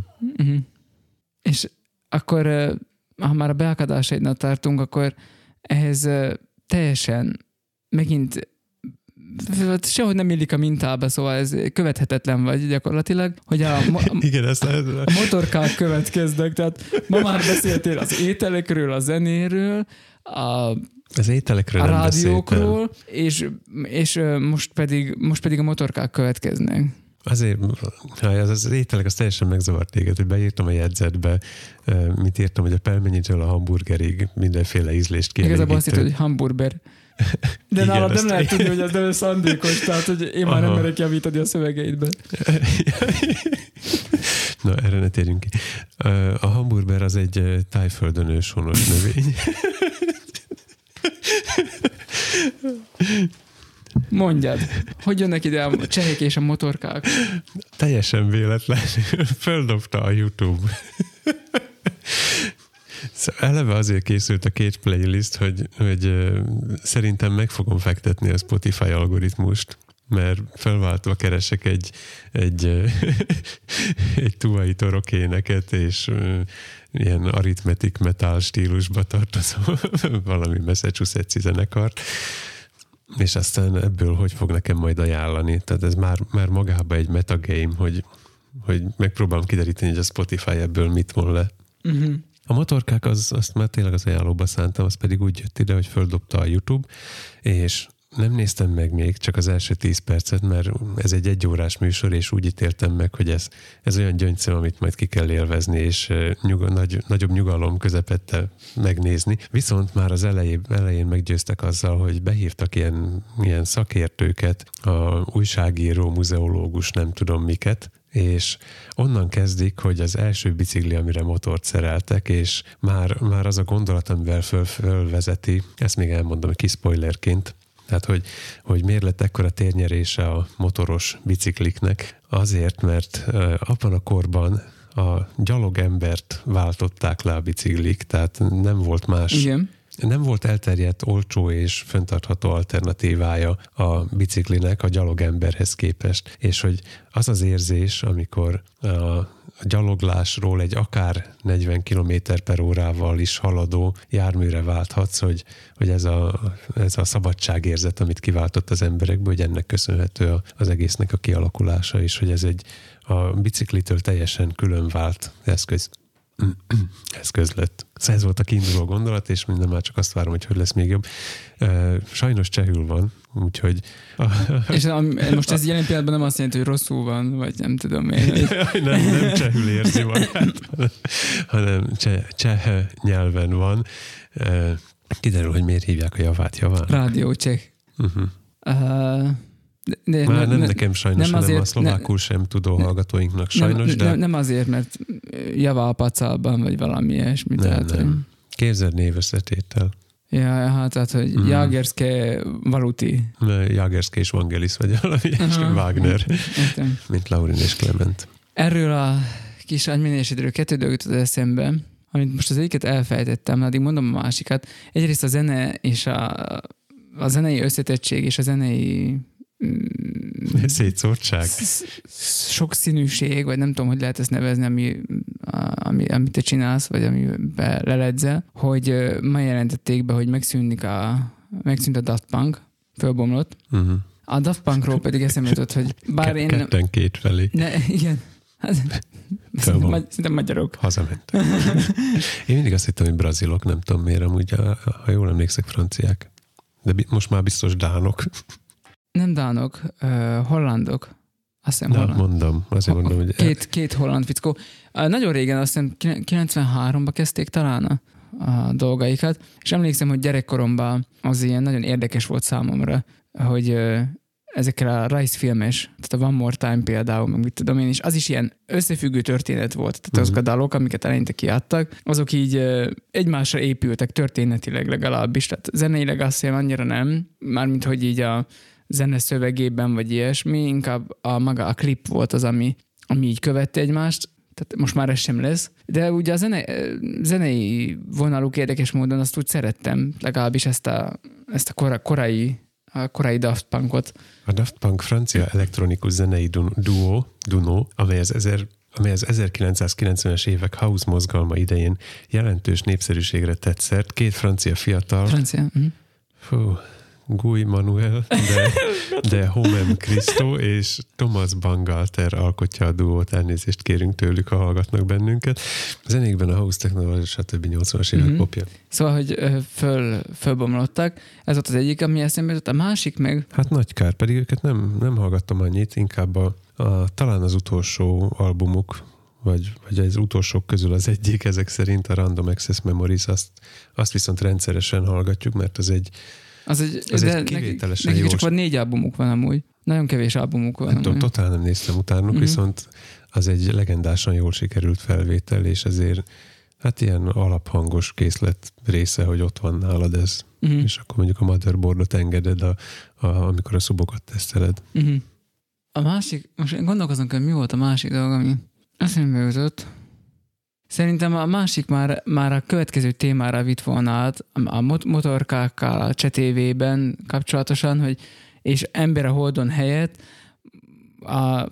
És akkor, ha már a beakadásaidnál tartunk, akkor ehhez teljesen megint sehogy nem illik a mintába, szóval ez követhetetlen vagy gyakorlatilag, hogy a motorkák következnek, tehát ma már beszéltél az ételekről, a zenéről, az ételekről a rádiókról, és most pedig a motorkák következnek. Azért, az ételek, az teljesen megzavart téged, hogy beírtam a jegyzetbe, mit írtam, hogy a pelmenyitől a hamburgerig mindenféle ízlést kielégítő. Igazából azt írtam, hogy hamburger. De igen, nálad nem lehet tudni, hogy ez nem szándékos, tehát hogy én már nem merek javítani a szövegeidben. Na, erre ne térjünk ki. A hamburger az egy tájföldön őshonos növény. Mondjad, hogy jönnek ide a csehek és a motorkák? Teljesen véletlen. Földobta a YouTube. Szóval eleve azért készült a 2 playlist, hogy szerintem meg fogom fektetni a Spotify algoritmust, mert felváltva keresek egy tuai torokéneket, és ilyen aritmetik metal stílusba tartozó valami Massachusetts zenekart, és aztán ebből hogy fog nekem majd ajánlani. Tehát ez már magában egy metagame, hogy megpróbálom kideríteni, hogy a Spotify ebből mit von le. A motorkák, azt már tényleg az ajánlóba szántam, az pedig úgy jött ide, hogy földobta a YouTube, és nem néztem meg még, csak az első 10 percet, mert ez egy 1 órás műsor, és úgy ítéltem meg, hogy ez olyan gyöngyszem, amit majd ki kell élvezni, és nagyobb nyugalom közepette megnézni. Viszont már az elején meggyőztek azzal, hogy behívtak ilyen szakértőket, a újságíró, muzeológus, nem tudom miket, és onnan kezdik, hogy az első bicikli, amire motort szereltek, és már az a gondolat, amivel fölvezeti, ezt még elmondom egy kis spoilerként, tehát, hogy miért lett ekkora térnyerése a motoros bicikliknek? Azért, mert abban a korban a gyalogembert váltották le a biciklik, tehát nem volt más. Igen. Nem volt elterjedt, olcsó és fenntartható alternatívája a biciklinek a gyalogemberhez képest. És hogy az az érzés, amikor a gyaloglásról egy akár 40 km/órával is haladó járműre válthatsz, hogy ez a szabadságérzet, amit kiváltott az emberekből, hogy ennek köszönhető az egésznek a kialakulása is, hogy ez a biciklitől teljesen külön vált eszköz lett. Szóval ez volt a kiinduló gondolat, és minden már csak azt várom, hogy lesz még jobb. Sajnos csehül van, úgyhogy... És most ez jelen pillanatban nem azt jelenti, hogy rosszul van, vagy nem tudom én. nem csehül érzi magát, hanem cseh nyelven van. Kiderül, hogy miért hívják a javát javán. Rádió cseh. Már nem nekem sajnos, nem hanem a szlovákul sem tudó hallgatóinknak sajnos, de... Nem azért, mert java a pacalban, vagy valami ilyesmi. Nem. Képzeld névösszetéttel. Ja, hát tehát, hogy Jagerske Valuti. Jagerske és Vangelis, vagy valami ilyesmi, Wagner, mint Laurin és Clement. Erről a kis agymenésítről 2 dolgot az eszembe, amit most az egyiket elfejtettem, addig mondom a másikat. Egyrészt a zene és a zenei összetettség és a zenei szétszórtság. Sokszínűség, vagy nem tudom, hogy lehet ezt nevezni, amit te csinálsz, vagy amiben leledzel, hogy ma jelentették be, hogy megszűnt a Daft Punk, fölbomlott. A Daft Punkról pedig eszembe jutott, hogy bár én... Ketten két felé. Igen. Szerintem magyarok. Hazament. Én mindig azt hittem, hogy brazilok, nem tudom miért, amúgy, ha jól emlékszek, franciák. De most már biztos dánok. Nem dánok, hollandok. Azt hiszem holland. Mondom, azért mondom, hogy... Két holland fickó. Nagyon régen, azt hiszem 93-ban kezdték talán a dolgaikat, és emlékszem, hogy gyerekkoromban az ilyen nagyon érdekes volt számomra, hogy ezekkel a Rice filmes, tehát a One More Time például, meg mit tudom én is, az is ilyen összefüggő történet volt. Tehát azok a dalok, amiket eleinte kiadtak, azok így egymásra épültek történetileg legalábbis, tehát zeneileg azt hiszem annyira nem, mármint hogy így a zene szövegében vagy ilyesmi, inkább maga a klip volt az, ami így követte egymást, tehát most már ez sem lesz. De ugye a zenei vonaluk érdekes módon azt úgy szerettem, legalábbis ezt a korai Daft Punkot. A Daft Punk francia elektronikus zenei duo, amely az 1990-es évek house mozgalma idején jelentős népszerűségre tett szert, 2 francia fiatal. Francia. Guy Manuel, de Homem Christo és Thomas Bangalter alkotja a duót, elnézést kérünk tőlük, ha hallgatnak bennünket. A zenékben a house technológia, stb. 80-as évek popja. Szóval, hogy fölbomlottak. Ez volt az egyik, ami eszembe jutott. A másik meg... Hát nagy kár, pedig őket nem hallgattam annyit, inkább talán az utolsó albumuk, vagy az utolsók közül az egyik, ezek szerint a Random Access Memories, azt viszont rendszeresen hallgatjuk, mert az egy kivételesen nekik csak 4 albumuk van amúgy. Nagyon kevés albumuk van. Nem tudom, totál nem néztem utánuk, viszont az egy legendásan jól sikerült felvétel, és ezért hát ilyen alaphangos készlet része, hogy ott van nálad ez. És akkor mondjuk a motherboardot engeded, amikor a szubokat teszteled. A másik, most gondolkozom, hogy mi volt a másik dolog, ami eszembe jutott. Szerintem a másik már a következő témára vitt volna át, a motorkákkal, a Cseh TV-ben kapcsolatosan, hogy és Ember a Holdon helyett a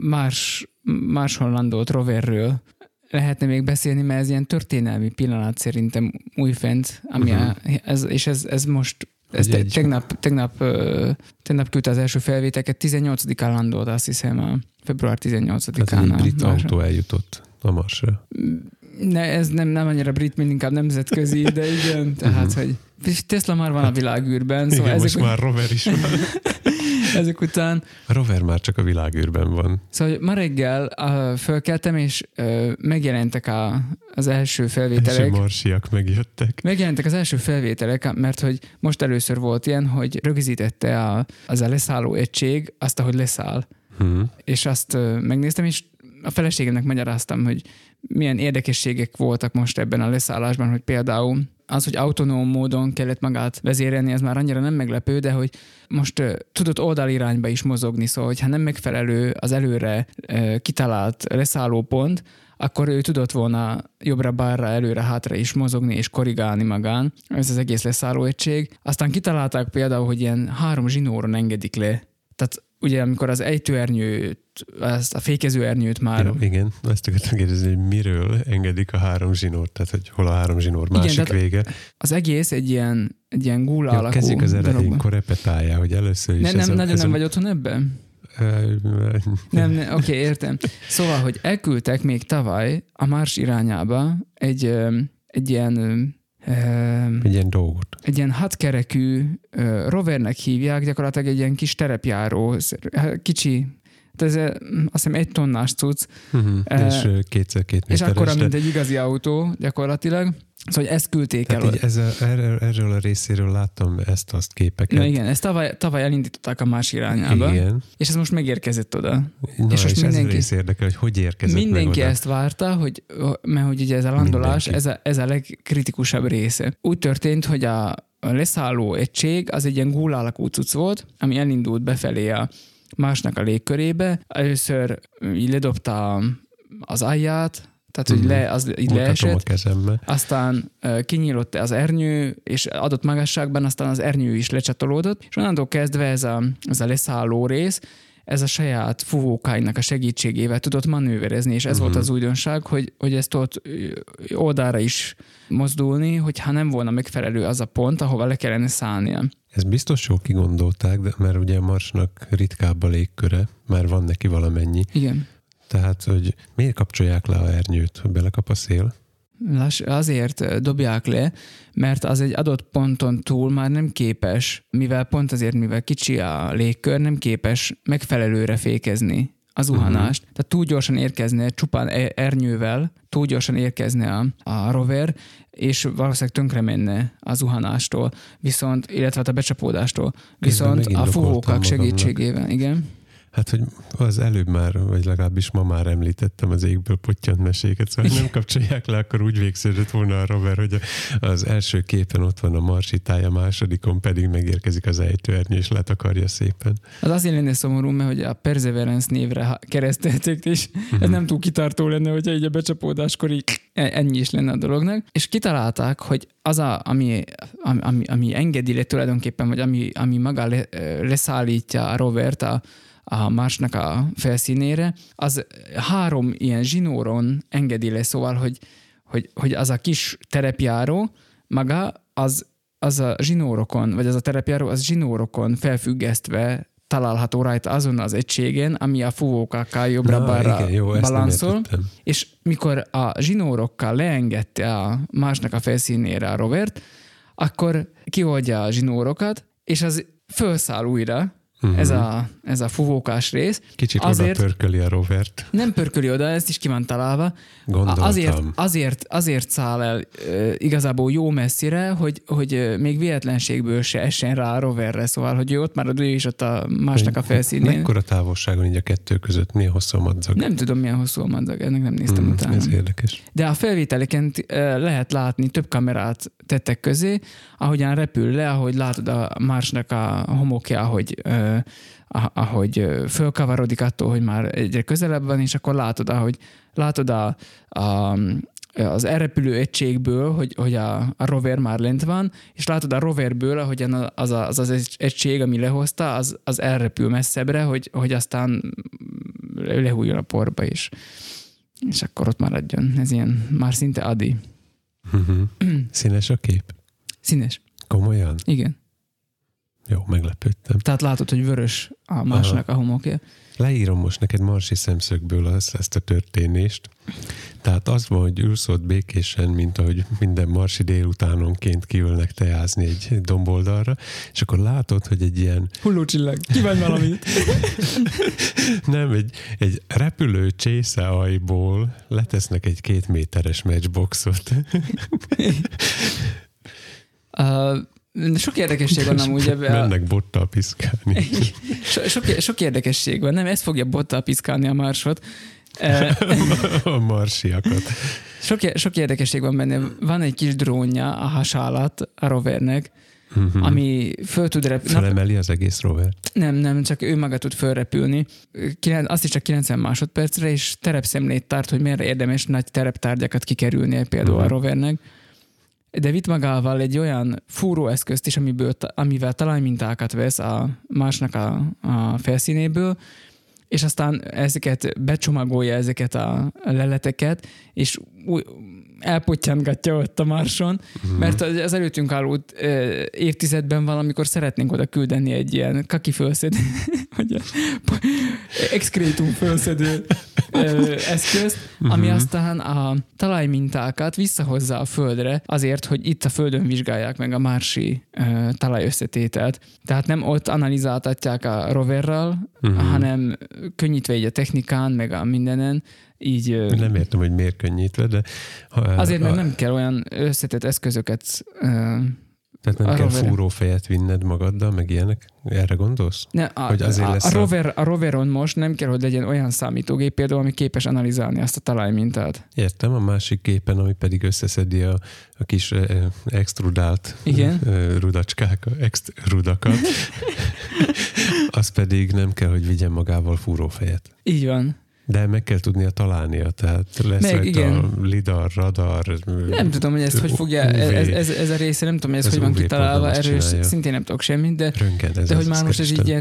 Marshall landolt roverről lehetne még beszélni, mert ez ilyen történelmi pillanat szerintem újfent, ami ez most tegnap küldte az első felvételeket, 18-án landolt, azt hiszem, a február 18-án. Hát egy brit autó eljutott a Marsra. Ez nem annyira brit, mint inkább nemzetközi, de igen, tehát, hogy Tesla már van a világűrben. Szóval igen, most már rover is van. Ezek után... A rover már csak a világűrben van. Szóval ma reggel fölkeltem, és megjelentek az első felvételek. Első marsiak megjöttek. Megjelentek az első felvételek, mert hogy most először volt ilyen, hogy rögzítette az a leszálló egység azt, ahogy leszáll. És azt megnéztem, és a feleségemnek magyaráztam, hogy milyen érdekességek voltak most ebben a leszállásban, hogy például az, hogy autonóm módon kellett magát vezérelni, ez már annyira nem meglepő, de hogy most tudott oldalirányba is mozogni, szóval hogyha nem megfelelő az előre kitalált leszállópont, akkor ő tudott volna jobbra-balra, előre-hátra is mozogni és korrigálni magán. Ez az egész leszállóegység. Aztán kitalálták például, hogy ilyen 3 zsinóron engedik le. Tehát ugye amikor az ejtőernyőt, ezt a fékezőernyőt már... Ja, igen, azt akartam kérdezni, hogy miről engedik a 3 zsinórt, tehát hogy hol a 3 zsinór másik igen, vége. Az egész egy ilyen gúla alakú. Kezdjük az elején, korepetálja, hogy először is... Nem vagy otthon ebben? Nem, oké, értem. Szóval, hogy elküldtek még tavaly a Mars irányába egy ilyen dolgot. Egy ilyen 6 kerekű rovernek hívják, gyakorlatilag egy ilyen kis terepjáró, kicsi, ez azt hiszem 1 tonnás cucc. És 2x2 méteres. És akkora, mint egy igazi autó gyakorlatilag. Szóval, hogy ezt küldték el. Erről a részéről láttam ezt-azt képeket. Na igen, ezt tavaly elindították a Mars irányába. Igen. És ez most megérkezett oda. Na, és most mindenki, ez rész érdekel, hogy érkezett mindenki meg ezt várta, mert hogy ugye ez a landolás, ez a legkritikusabb része. Úgy történt, hogy a leszálló egység az egy ilyen gúla alakú cucc volt, ami elindult befelé a Marsnak a légkörébe. Először így ledobta az alját, tehát, hogy az így leesett, aztán kinyílott az ernyő, és adott magasságban aztán az ernyő is lecsatolódott, és onnantól kezdve ez a leszálló rész, ez a saját fúvókáinak a segítségével tudott manőverezni, és ez volt az újdonság, hogy ezt ott oldalra is mozdulni, hogyha nem volna megfelelő az a pont, ahova le kellene szállnia. Ez biztos jól kigondolták, mert ugye a Marsnak ritkább a légköre, már van neki valamennyi. Igen. Tehát, hogy miért kapcsolják le a ernyőt, hogy belekap a szél? Azért dobják le, mert az egy adott ponton túl már nem képes, mivel kicsi a légkör, nem képes megfelelőre fékezni a zuhanást. Tehát túl gyorsan érkezne, csupán ernyővel, túl gyorsan érkezne a rover, és valószínűleg tönkre menne a zuhanástól, illetve a becsapódástól. Viszont a fúvókák segítségével, igen. Hát, hogy az előbb már, vagy legalábbis ma már említettem az égből pottyant meséket, szóval nem kapcsolják le, akkor úgy végződött volna a rover, hogy az első képen ott van a marsi táj, a másodikon pedig megérkezik az ejtőernyő, és letakarja szépen. Az azért lenne szomorú, mert hogy a Perseverance névre keresztelték, és ez nem túl kitartó lenne, hogyha így a becsapódáskor így ennyi is lenne a dolognak. És kitalálták, hogy az, ami engedi le tulajdonképpen, vagy ami maga leszállítja a rovert a Marsnak a felszínére, az 3 ilyen zsinóron engedi le, szóval, hogy az a kis terepjáró maga az a zsinórokon, vagy az a terepjáró az zsinórokon felfüggesztve található rajta azon az egységen, ami a fúvókákkal jobbra-balra balanszol, és mikor a zsinórokkal leengedte a Marsnak a felszínére a rovert, akkor kioldja a zsinórokat, és az felszáll újra, ez a fúvókás rész. Kicsit oda pörköli a rovert. Nem pörköli oda, ezt is ki van találva. Gondoltam. Azért száll el igazából jó messzire, hogy még véletlenségből se essen rá a roverre, szóval, hogy ő ott marad, ő is ott a Marsnak a felszínén. Mekkora távolságon így a kettő között? Milyen hosszú a madzag? Nem tudom, milyen hosszú a madzag, ennek nem néztem utána. Ez érdekes. De a felvételeken lehet látni, több kamerát tettek közé, ahogyan repül le, ahogy látod a Marsnak a homokja, ahogy fölkavarodik attól, hogy már egyre közelebb van, és akkor látod az elrepülő egységből, hogy a rover már lent van, és látod a roverből, ahogyan az egység, ami lehozta, az elrepül messzebbre, hogy aztán lehújjon a porba is. És akkor ott maradjon. Ez ilyen már szinte adi. Színes a kép? Színes. Komolyan? Igen. Jó, meglepődtem. Tehát látod, hogy vörös a Marsnak a homokja. Leírom most neked marsi szemszögből ezt a történést. Tehát az van, hogy ülsz ott békésen, mint ahogy minden marsi délutánonként kiülnek teázni egy domboldalra, és akkor látod, hogy egy ilyen... Hullócsillag, kívánj valamit! Nem, egy repülő csészeajból letesznek egy 2 méteres matchboxot. Sok érdekesség van amúgy ebben. Mennek bottal piszkálni. Sok érdekesség van. Nem, ez fogja bottal piszkálni a Marsot. A marsiakat. Sok érdekesség van benne. Van egy kis drónja a hasa alatt a rovernek, ami föl tud repülni. Felemeli az egész rover? Nem, csak ő maga tud fölrepülni. Azt is csak 90 másodpercre, és terepszemlét tart, hogy miért érdemes nagy tereptárgyakat kikerülnie például a rovernek. De vitt magával egy olyan fúróeszközt is, amivel talajmintákat vesz a Marsnak a felszínéből, és aztán ezeket becsomagolja, ezeket a leleteket, és elpottyantgatja ott a Marson, mert az előttünk álló évtizedben valamikor szeretnénk oda küldeni egy ilyen kaki fölszedő, vagy excretum fölszedő eszközt, ami aztán a talajmintákat visszahozza a földre azért, hogy itt a földön vizsgálják meg a marsi talajösszetételt. Tehát nem ott analizáltatják a roverral, hanem könnyítve így a technikán, meg a mindenen, így... Nem értem, hogy miért könnyítve, de... Azért, mert nem kell olyan összetett eszközöket... Tehát nem kell fúrófejet vinned magaddal, meg ilyenek? Erre gondolsz? Hogy azért lesz a roveron most nem kell, hogy legyen olyan számítógép például, ami képes analizálni azt a talajmintát. Értem, a másik gépen, ami pedig összeszedi a kis extrudált rudakat, az pedig nem kell, hogy vigyen magával fúrófejet. Így van. De meg kell tudnia találnia, tehát lesz rajta lidar, radar. Nem tudom, hogy ezt hogy fogja, ez a része, nem tudom, hogy ez hogy van kitalálva, erről szintén nem tudok semmit, de hogy már most ez így ilyen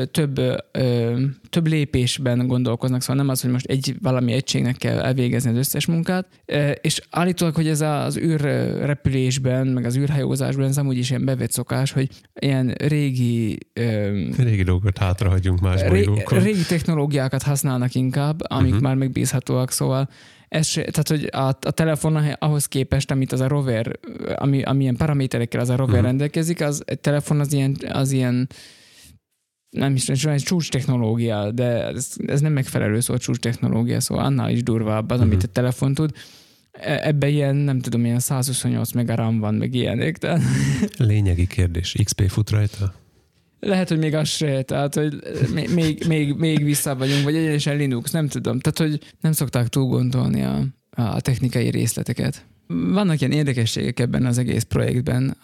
több lépésben gondolkoznak, szóval nem az, hogy most valami egységnek kell elvégezni az összes munkát, és állítólag, hogy ez az űrrepülésben, meg az űrhajózásban ez amúgy is ilyen bevett szokás, hogy ilyen régi dolgokat hátrahagyunk más bolygókon. Régi technológiákat használnak inkább, amik már megbízhatóak, szóval tehát, hogy a telefon ahhoz képest, amit az a rover, amilyen paraméterekkel az a rover rendelkezik, egy telefon az ilyen nem is tudom, egy csúcs technológia, de ez nem megfelelő szó, a csúcs technológia, szóval annál is durvább az, amit a telefon tud. Ebben ilyen, nem tudom, ilyen 128 mega RAM van, meg ilyenek. Tehát... Lényegi kérdés. XP fut rajta? Lehet, hogy még az se, tehát, hogy még vissza vagyunk, vagy egyenesen Linux, nem tudom. Tehát, hogy nem szokták túl gondolni a technikai részleteket. Vannak ilyen érdekességek ebben az egész projektben,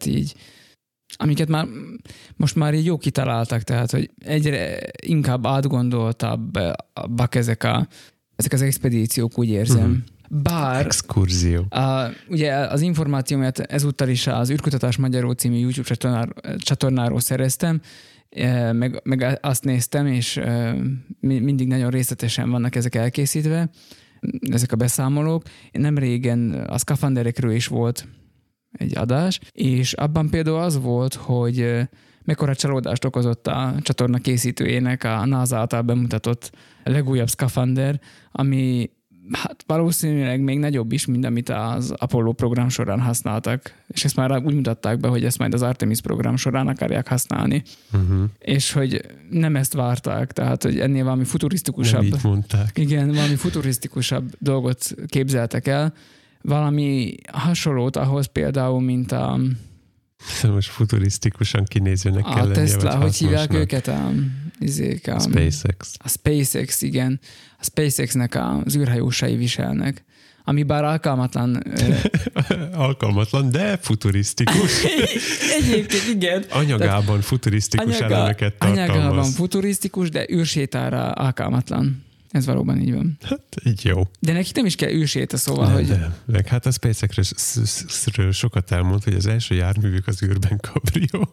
amiket már most már így jó kitaláltak, tehát, hogy egyre inkább átgondoltabbak ezek az expedíciók, úgy érzem. Bár exkurzió. Ugye az információmat ezúttal is az űrkutatás magyarul című YouTube csatornáról szereztem, meg azt néztem, és mindig nagyon részletesen vannak ezek elkészítve, ezek a beszámolók. Nem régen a szkafanderekről is volt egy adás, és abban például az volt, hogy mekkora csalódást okozott a csatorna készítőjének a NASA által bemutatott legújabb szkafander, ami hát valószínűleg még nagyobb is, mint amit az Apollo program során használtak. És ezt már úgy mutatták be, hogy ezt majd az Artemis program során akarják használni. És hogy nem ezt várták, tehát hogy ennél valami futurisztikusabb... Nem így mondták. Igen, valami futurisztikusabb dolgot képzeltek el. Valami hasonlót ahhoz például, mint most futurisztikusan kinézőnek kell lennie, Tesla, hogy hívják őket? A SpaceX. A SpaceX, igen. A SpaceX-nek az űrhajósai viselnek, ami bár alkalmatlan... alkalmatlan, de futurisztikus. Egyébként igen. Anyagában futurisztikus elemeket tartalmaz. Anyagában futurisztikus, de űrsétára alkalmatlan. Ez valóban így van. Hát így jó. De nekik nem is kell űrséta, szóval, hogy... De. Hát a SpaceX-ről sokat elmond, hogy az első járművük az űrben kabrió.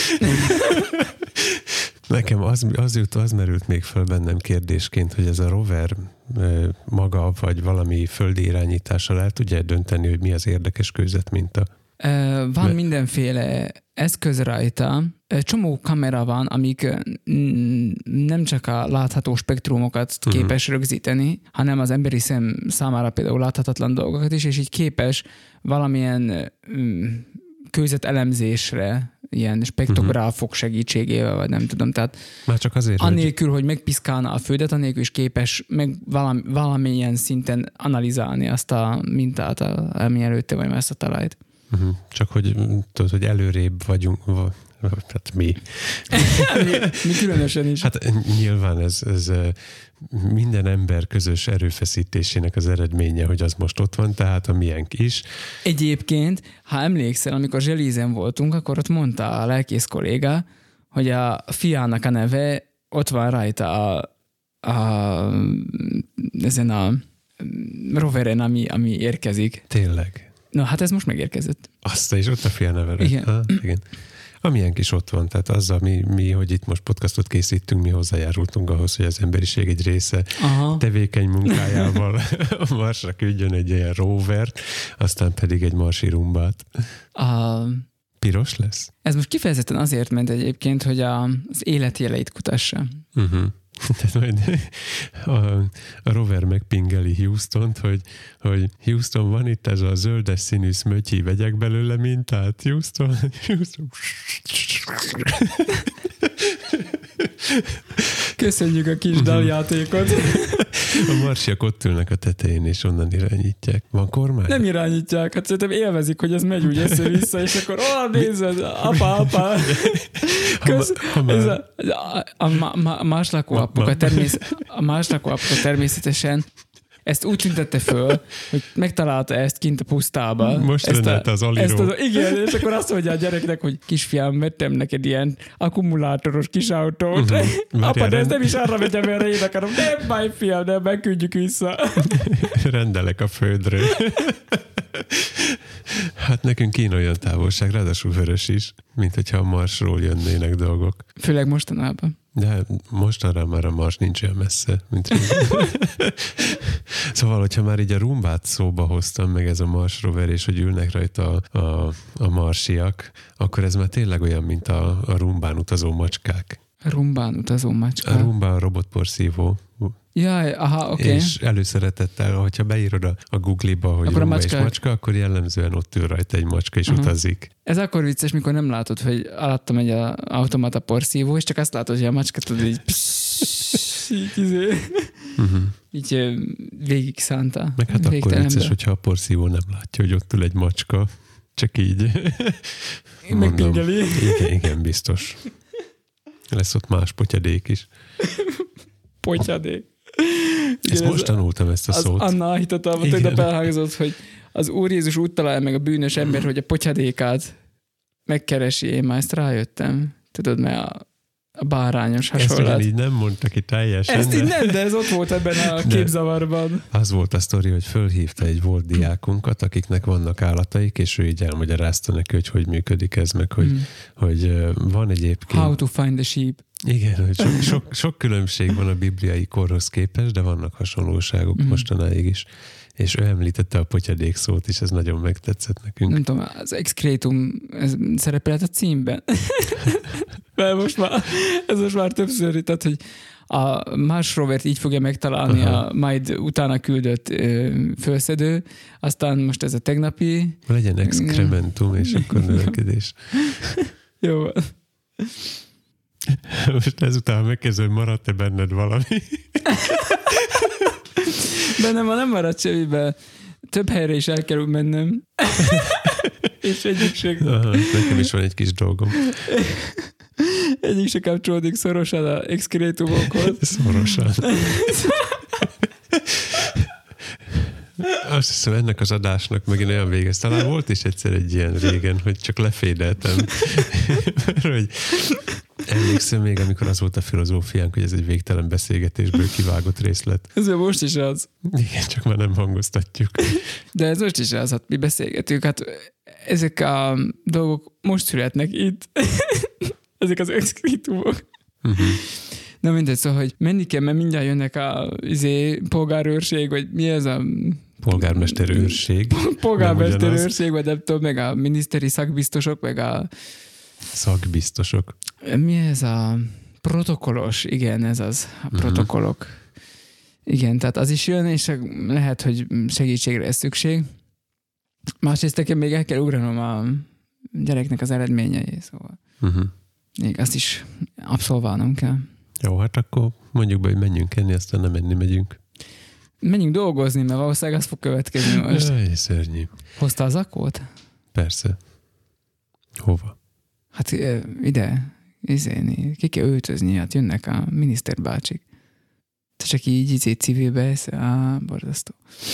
Nekem az merült még föl bennem kérdésként, hogy ez a rover maga, vagy valami földi irányítással el tudja dönteni, hogy mi az érdekes kőzetminta? Van mindenféle eszköz rajta, csomó kamera van, amik nem csak a látható spektrumokat képes rögzíteni, hanem az emberi szem számára például láthatatlan dolgokat is, és így képes valamilyen kőzetelemzésre, ilyen spektográfok segítségével, vagy nem tudom, tehát már csak azért, annélkül, hogy megpiszkálna a földet, annélkül is képes meg valamilyen szinten analizálni azt a mintát, ami előtte vagy ezt a talajt. Csak hogy tudod, hogy előrébb vagyunk, Hát mi? mi különösen is. Hát nyilván ez minden ember közös erőfeszítésének az eredménye, hogy az most ott van, tehát a miénk is. Egyébként, ha emlékszel, amikor Zselízen voltunk, akkor ott mondta a lelkész kolléga, hogy a fiának a neve ott van rajta ezen a roveren, ami érkezik. Tényleg? Na, hát ez most megérkezett. Azt is ott a fia neve. Igen. Igen. Amilyen is ott van, tehát azzal mi, hogy itt most podcastot készítünk, mi hozzájárultunk ahhoz, hogy az emberiség egy része tevékeny munkájával a Marsra küldjön egy ilyen rovert, aztán pedig egy marsi rumbát. Piros lesz? Ez most kifejezetten azért ment egyébként, hogy az életjeleit kutassa. Tehát majd a rover megpingeli Houstont, hogy Houston, van itt ez a zöldes színű szmötyi, vegyek belőle mintát, Houston. Köszönjük a kis daljátékot. A marsiak ott ülnek a tetején, és onnan irányítják. Van kormány? Nem irányítják, hát szerintem élvezik, hogy ez megy úgy össze-vissza, és akkor nézed, apa. A máslakó apuka természetesen ezt úgy tüntette föl, hogy megtalálta ezt kint a pusztába. Most rendelte az aliró. Igen, és akkor azt mondja a gyereknek, hogy kisfiam, vettem neked ilyen akkumulátoros kis autót. Apa, de ez nem is arra vegyem, erre én akarom. Nem, baj, fiam, nem, megküldjük vissza. Rendelek a földről. Hát nekünk Kína olyan távolság, ráadásul vörös is, mint hogyha a Marsról jönnének dolgok. Főleg mostanában. De mostanra már a Mars nincs olyan messze, mint Szóval, hogyha már így a rumbát szóba hoztam, meg ez a Mars rover, és hogy ülnek rajta a marsiak, akkor ez már tényleg olyan, mint a rumbán utazó macskák. A rumbán utazó macska. A rumbán robotporszívó. Jaj, aha, oké. És előszeretettel, hogyha beírod a Google-ba, hogy akkor rumba és macska, akkor jellemzően ott ül rajta egy macska, és utazik. Ez akkor vicces, mikor nem látod, hogy alatta megy az automata porszívó, és csak azt látod, hogy a macska tudod így így végig szánta. Meg hát akkor vicces, hogyha a porszívó nem látja, hogy ott ül egy macska, csak így. Megpingeli. Igen, biztos. Lesz ott más potyadék is. Potyadék. Ezt most tanultam ezt a szót. Anna ahitatalma tegnap elhangzott, hogy az Úr Jézus úgy találja meg a bűnös ember, hogy a potyadékát megkeresi. Én már ezt rájöttem. Tudod, mert a bárányos hasonlat. Ezt így nem mondta ki teljesen. Ezt így nem, de ez ott volt ebben a képzavarban. Az volt a sztori, hogy fölhívta egy volt diákunkat, akiknek vannak állataik, és ő így elmagyarázta neki, hogy működik ez, meg hogy van egyébként... How to find the sheep. Igen, hogy sok különbség van a bibliai korhoz képest, de vannak hasonlóságok mostanáig is. És ő említette a potyadék szót is, ez nagyon megtetszett nekünk. Nem tudom, az excretum szerepelt a címben. Mert ez most már többször, tehát, hogy a Mars rovert így fogja megtalálni a majd utána küldött fölszedő, aztán most ez a tegnapi... Legyen excrementum, és akkor növekedés. Jó. Most ezután megkezdő, hogy maradt-e benned valami? Bennem ma nem maradt semmibe. Több helyre is el kell mennem. És egyik se... Nekem is van egy kis dolgom. Egyik se kapcsolódik szorosan a exkrétumokhoz. Szorosan. Azt hiszem, ennek az adásnak megint olyan végez. Talán volt is egyszer egy ilyen régen, hogy csak lefédeltem. Hogy emlékszem még, amikor az volt a filozófiánk, hogy ez egy végtelen beszélgetésből kivágott részlet. Ez most is az. Igen, csak már nem hangoztatjuk. De ez most is az, hát mi beszélgetünk. Hát ezek a dolgok most születnek itt. Ezek az exkrétumok. Na mindegy, szóval, hogy menni kell, mert mindjárt jönnek a polgárőrség, vagy mi ez a... Polgármesterőrség. Polgármesterőrség, vagy nem tudom, meg a miniszteri szakbiztosok, meg a... Szakbiztosok. Mi ez a protokollos? Igen, ez az. A protokollok. Igen, tehát az is jön, és lehet, hogy segítségre lesz szükség. Másrészt nekem még el kell ugranom a gyereknek az eredményei, szóval. Még azt is abszolválnom kell. Jó, hát akkor mondjuk be, hogy menjünk enni, aztán nem enni megyünk. Menjünk dolgozni, mert valószínűleg az fog következni most. Jaj, szörnyű. Hoztál zakót? Persze. Hova? Hát ide, ki kell öltözni, hát jönnek a miniszterbácsik. Te csak így civilbe eszel? Borzasztó.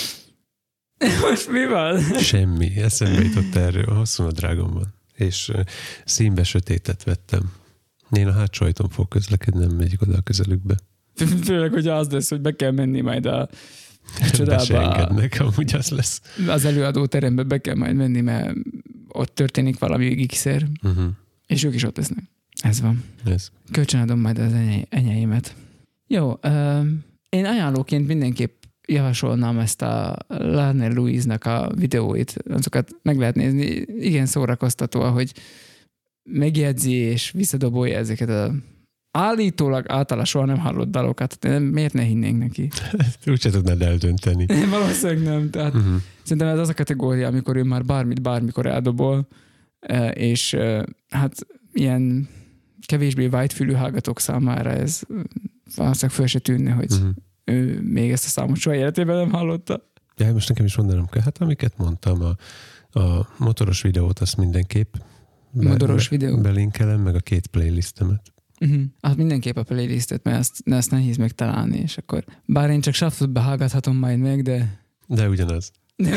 Most mi van? Semmi. Eszembe jutott erről. Hosszú nadrágom van. És színbe sötétet vettem. Én a hátsó ajtón fog közlekedni, nem megyek oda a közelükbe. Főleg, hogy az lesz, hogy be kell menni majd a Be se engednek, amúgy az lesz. Az előadó terembe be kell majd menni, mert ott történik valami gigszer, és ők is ott lesznek. Ez van. Kölcsönadom majd az enyeimet. Jó, én ajánlóként mindenképp javasolnám ezt a Larner Louise-nak a videóit, azokat meg lehet nézni. Igen szórakoztató, ahogy megjegyzi és visszadobolja ezeket a állítólag általa soha nem hallott dalokat. Miért ne hinnénk neki? Úgyse tudnád eldönteni. Valószínűleg nem. Tehát szerintem ez az a kategória, amikor ő már bármikor eldobol, és hát ilyen kevésbé vágyfülű hallgatók számára ez valószínűleg föl se tűnne, hogy ő még ezt a számot soha életében nem hallotta. Ja, most nekem is mondanom kell. Hát amiket mondtam, a motoros videót, azt mindenképp videó? Belinkelem, meg a 2 playlistemet. Hát mindenképp a playlistet, mert ezt nehéz megtalálni, és akkor bár én csak shuffle-be hallgathatom majd meg, de... De ugyanaz.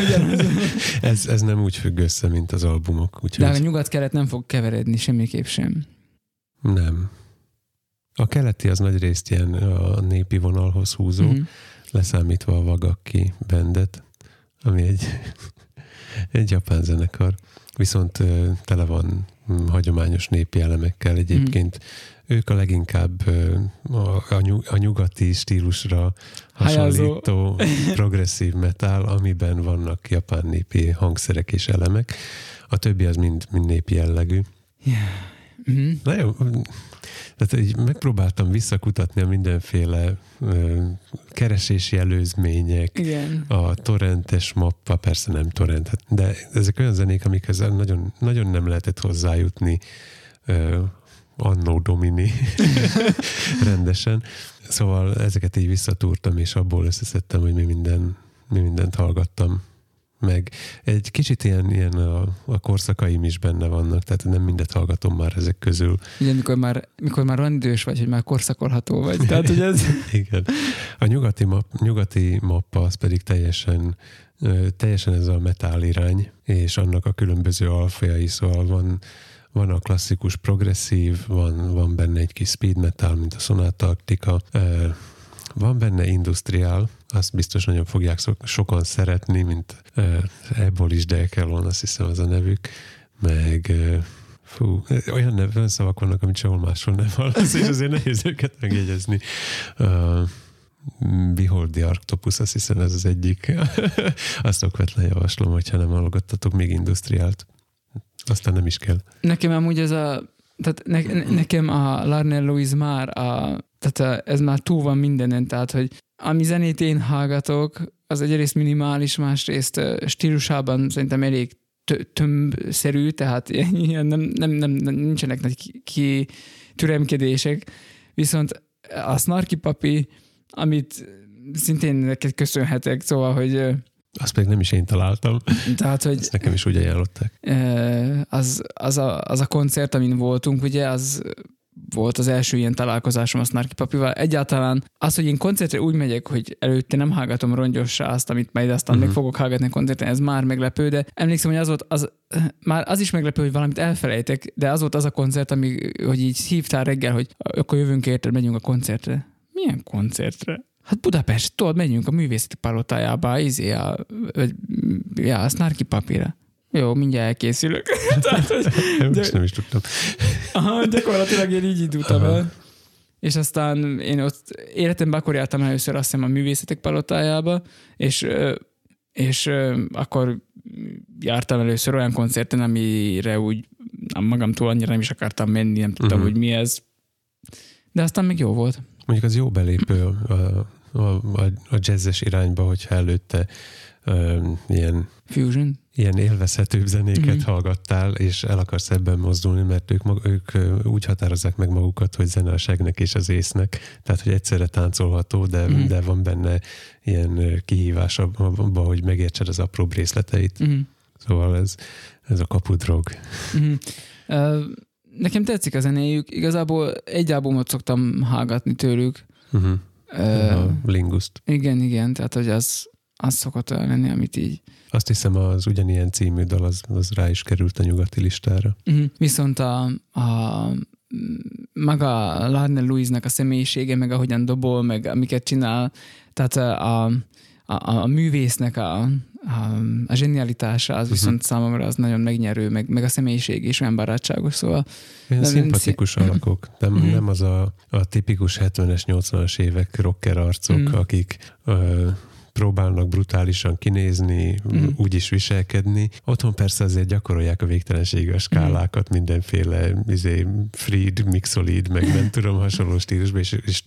ez nem úgy függ össze, mint az albumok. Úgyhogy... De a nyugat-kelet nem fog keveredni semmiképp sem. Nem. A keleti az nagy részt ilyen a népi vonalhoz húzó, leszámítva a Wagaki bandet, ami egy japán zenekar. Viszont tele van hagyományos népi elemekkel. Egyébként ők a leginkább a nyugati stílusra hasonlító progresszív metal, amiben vannak japán népi hangszerek és elemek. A többi az mind népi jellegű. Na jó, tehát így megpróbáltam visszakutatni a mindenféle keresési előzmények, igen. A torrentes mappa, persze nem torrent, de ezek olyan zenék, amikhez nagyon, nagyon nem lehetett hozzájutni anno domini rendesen. Szóval ezeket így visszatúrtam, és abból összeszedtem, hogy mi mindent hallgattam. Meg egy kicsit ilyen a korszakaim is benne vannak, tehát nem mindet hallgatom már ezek közül. Igen, mikor már olyan idős vagy, hogy már korszakolható vagy. Tehát, hogy ez... Igen. A nyugati mappa az pedig teljesen ez a metal irány, és annak a különböző alfajai, szóval van a klasszikus progresszív, van benne egy kis speed metal, mint a Sonata Arctica, van benne industriál, azt biztos nagyon fogják sokan szeretni, mint Ebolis Delkelon, azt hiszem az a nevük, meg olyan szavak vannak, amit sehol máshol nem hallasz, és azért nehéz őket megjegyezni. Behold the Arctopus, azt hiszem ez az egyik. Azt okvetlen javaslom, hogyha nem hallgattatok még industriált. Aztán nem is kell. Nekem amúgy ez tehát nekem a Larner Louise már tehát ez már túl van mindenen, tehát hogy ami zenét én hallgatok, az egyrészt minimális, másrészt stílusában szerintem elég tömbszerű, tehát ilyen nem nincsenek nagy türemkedések, viszont a Snarky Puppy, amit szintén neked köszönhetek, szóval, hogy azt pedig nem is én találtam. Tehát, hogy ezt nekem is úgy ajánlották. Az a koncert, amin voltunk, ugye, az volt az első ilyen találkozásom a Snarky Puppyval. Egyáltalán az, hogy én koncertre úgy megyek, hogy előtte nem hallgatom rongyossá azt, amit majd aztán még fogok hallgatni a koncerten, ez már meglepő, de emlékszem, hogy már az is meglepő, hogy valamit elfelejtek, de az volt az a koncert, hogy így hívtál reggel, hogy akkor jövünk érted, megyünk a koncertre. Milyen koncertre? Hát Budapest, tudod, menjünk a Művészeti Palotájába, a Snarky Puppyra. Jó, mindjárt elkészülök. Nem is tudtam. Aha, gyakorlatilag én így indultam el. És aztán én ott életemben akkor jártam először azt hiszem a Művészetek Palotájába, és akkor jártam először olyan koncerten, amire úgy magamtól annyira nem is akartam menni, nem tudtam, hogy mi ez. De aztán még jó volt. Mondjuk az jó belépő a jazzes irányba, hogyha előtte ilyen fusion, ilyen élvezhetőbb zenéket hallgattál, és el akarsz ebben mozdulni, mert ők úgy határozzák meg magukat, hogy zene a segnek és az észnek, tehát, hogy egyszerre táncolható, de van benne ilyen kihívás abban, hogy megértsed az apróbb részleteit. Szóval ez a kapudrog. nekem tetszik a zenéjük. Igazából egy albumot szoktam hallgatni tőlük. A Linguszt. Igen, tehát hogy az szokott olyan lenni, amit így. Azt hiszem az ugyanilyen című dal, az rá is került a nyugati listára. Viszont maga Lardner Lewis-nek a személyisége, meg ahogyan dobol, meg amiket csinál, tehát a művésznek a zsenialitása, az viszont számomra az nagyon megnyerő, meg a személyiség is olyan barátságos, szóval... Olyan szimpatikus alakok. Nem az a tipikus 70-es, 80-as évek rocker arcok, akik próbálnak brutálisan kinézni, úgy is viselkedni. Otthon persze azért gyakorolják a végtelenségű skálákat, mindenféle Fried, Mixolid, meg nem tudom, hasonló stílusban, és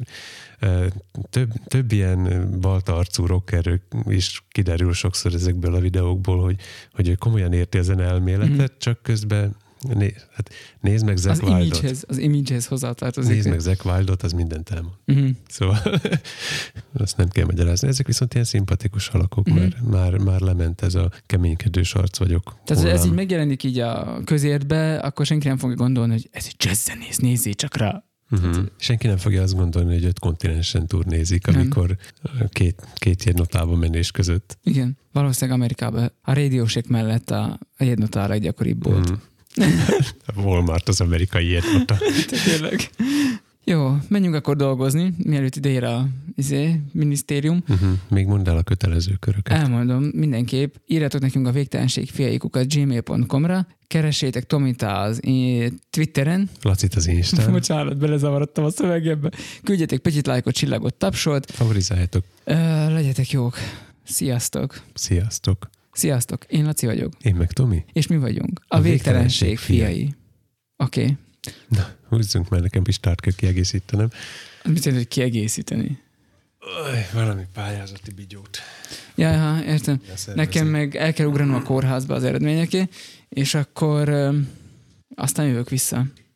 több ilyen balta arcú rocker is kiderül sokszor ezekből a videókból, hogy ő komolyan érti a zene elméletet, csak közben nézd meg Zakk Wylde-ot. Az image-hez hozzátartozik. Nézd meg Zakk Wylde-ot, az mindent elmond. Szóval azt nem kell magyarázni. Ezek viszont ilyen szimpatikus alakok, mert már lement ez a keménykedős arc vagyok. Tehát ez így megjelenik így a közértbe, akkor senki nem fogja gondolni, hogy ez egy jazzzenész, nézzél csak rá. Senki nem fogja azt gondolni, hogy 5 kontinensen turnézik, amikor két jegynotában menés között. Igen, valószínűleg Amerikában a Radio Shack mellett a jegynotá a leggyakoribb volt. A Walmart az amerikai jegynota. Tényleg. Jó, menjünk akkor dolgozni, mielőtt ideér a minisztérium. Még mondd el a kötelező köröket. Elmondom, mindenképp. Írjátok nekünk a végtelenségfiaikukat@gmail.com-ra, keressétek Tomit az Twitteren. Lacit az Instán. Bocsánat, belezavarodtam a szövegebe. Küldjetek picit lájkot, csillagot, tapsot. Favorizáljátok. Legyetek jók. Sziasztok. Sziasztok. Sziasztok. Én Laci vagyok. Én meg Tomi. És mi vagyunk? A végtelenség fiai. Oké. Na, húzzunk már, nekem is tárt kell kiegészítenem. Mit jelent, hogy kiegészíteni? Valami pályázati bigyót. Ja, értem. Nekem meg el kell ugranom a kórházba az eredményeké, és akkor aztán jövök vissza.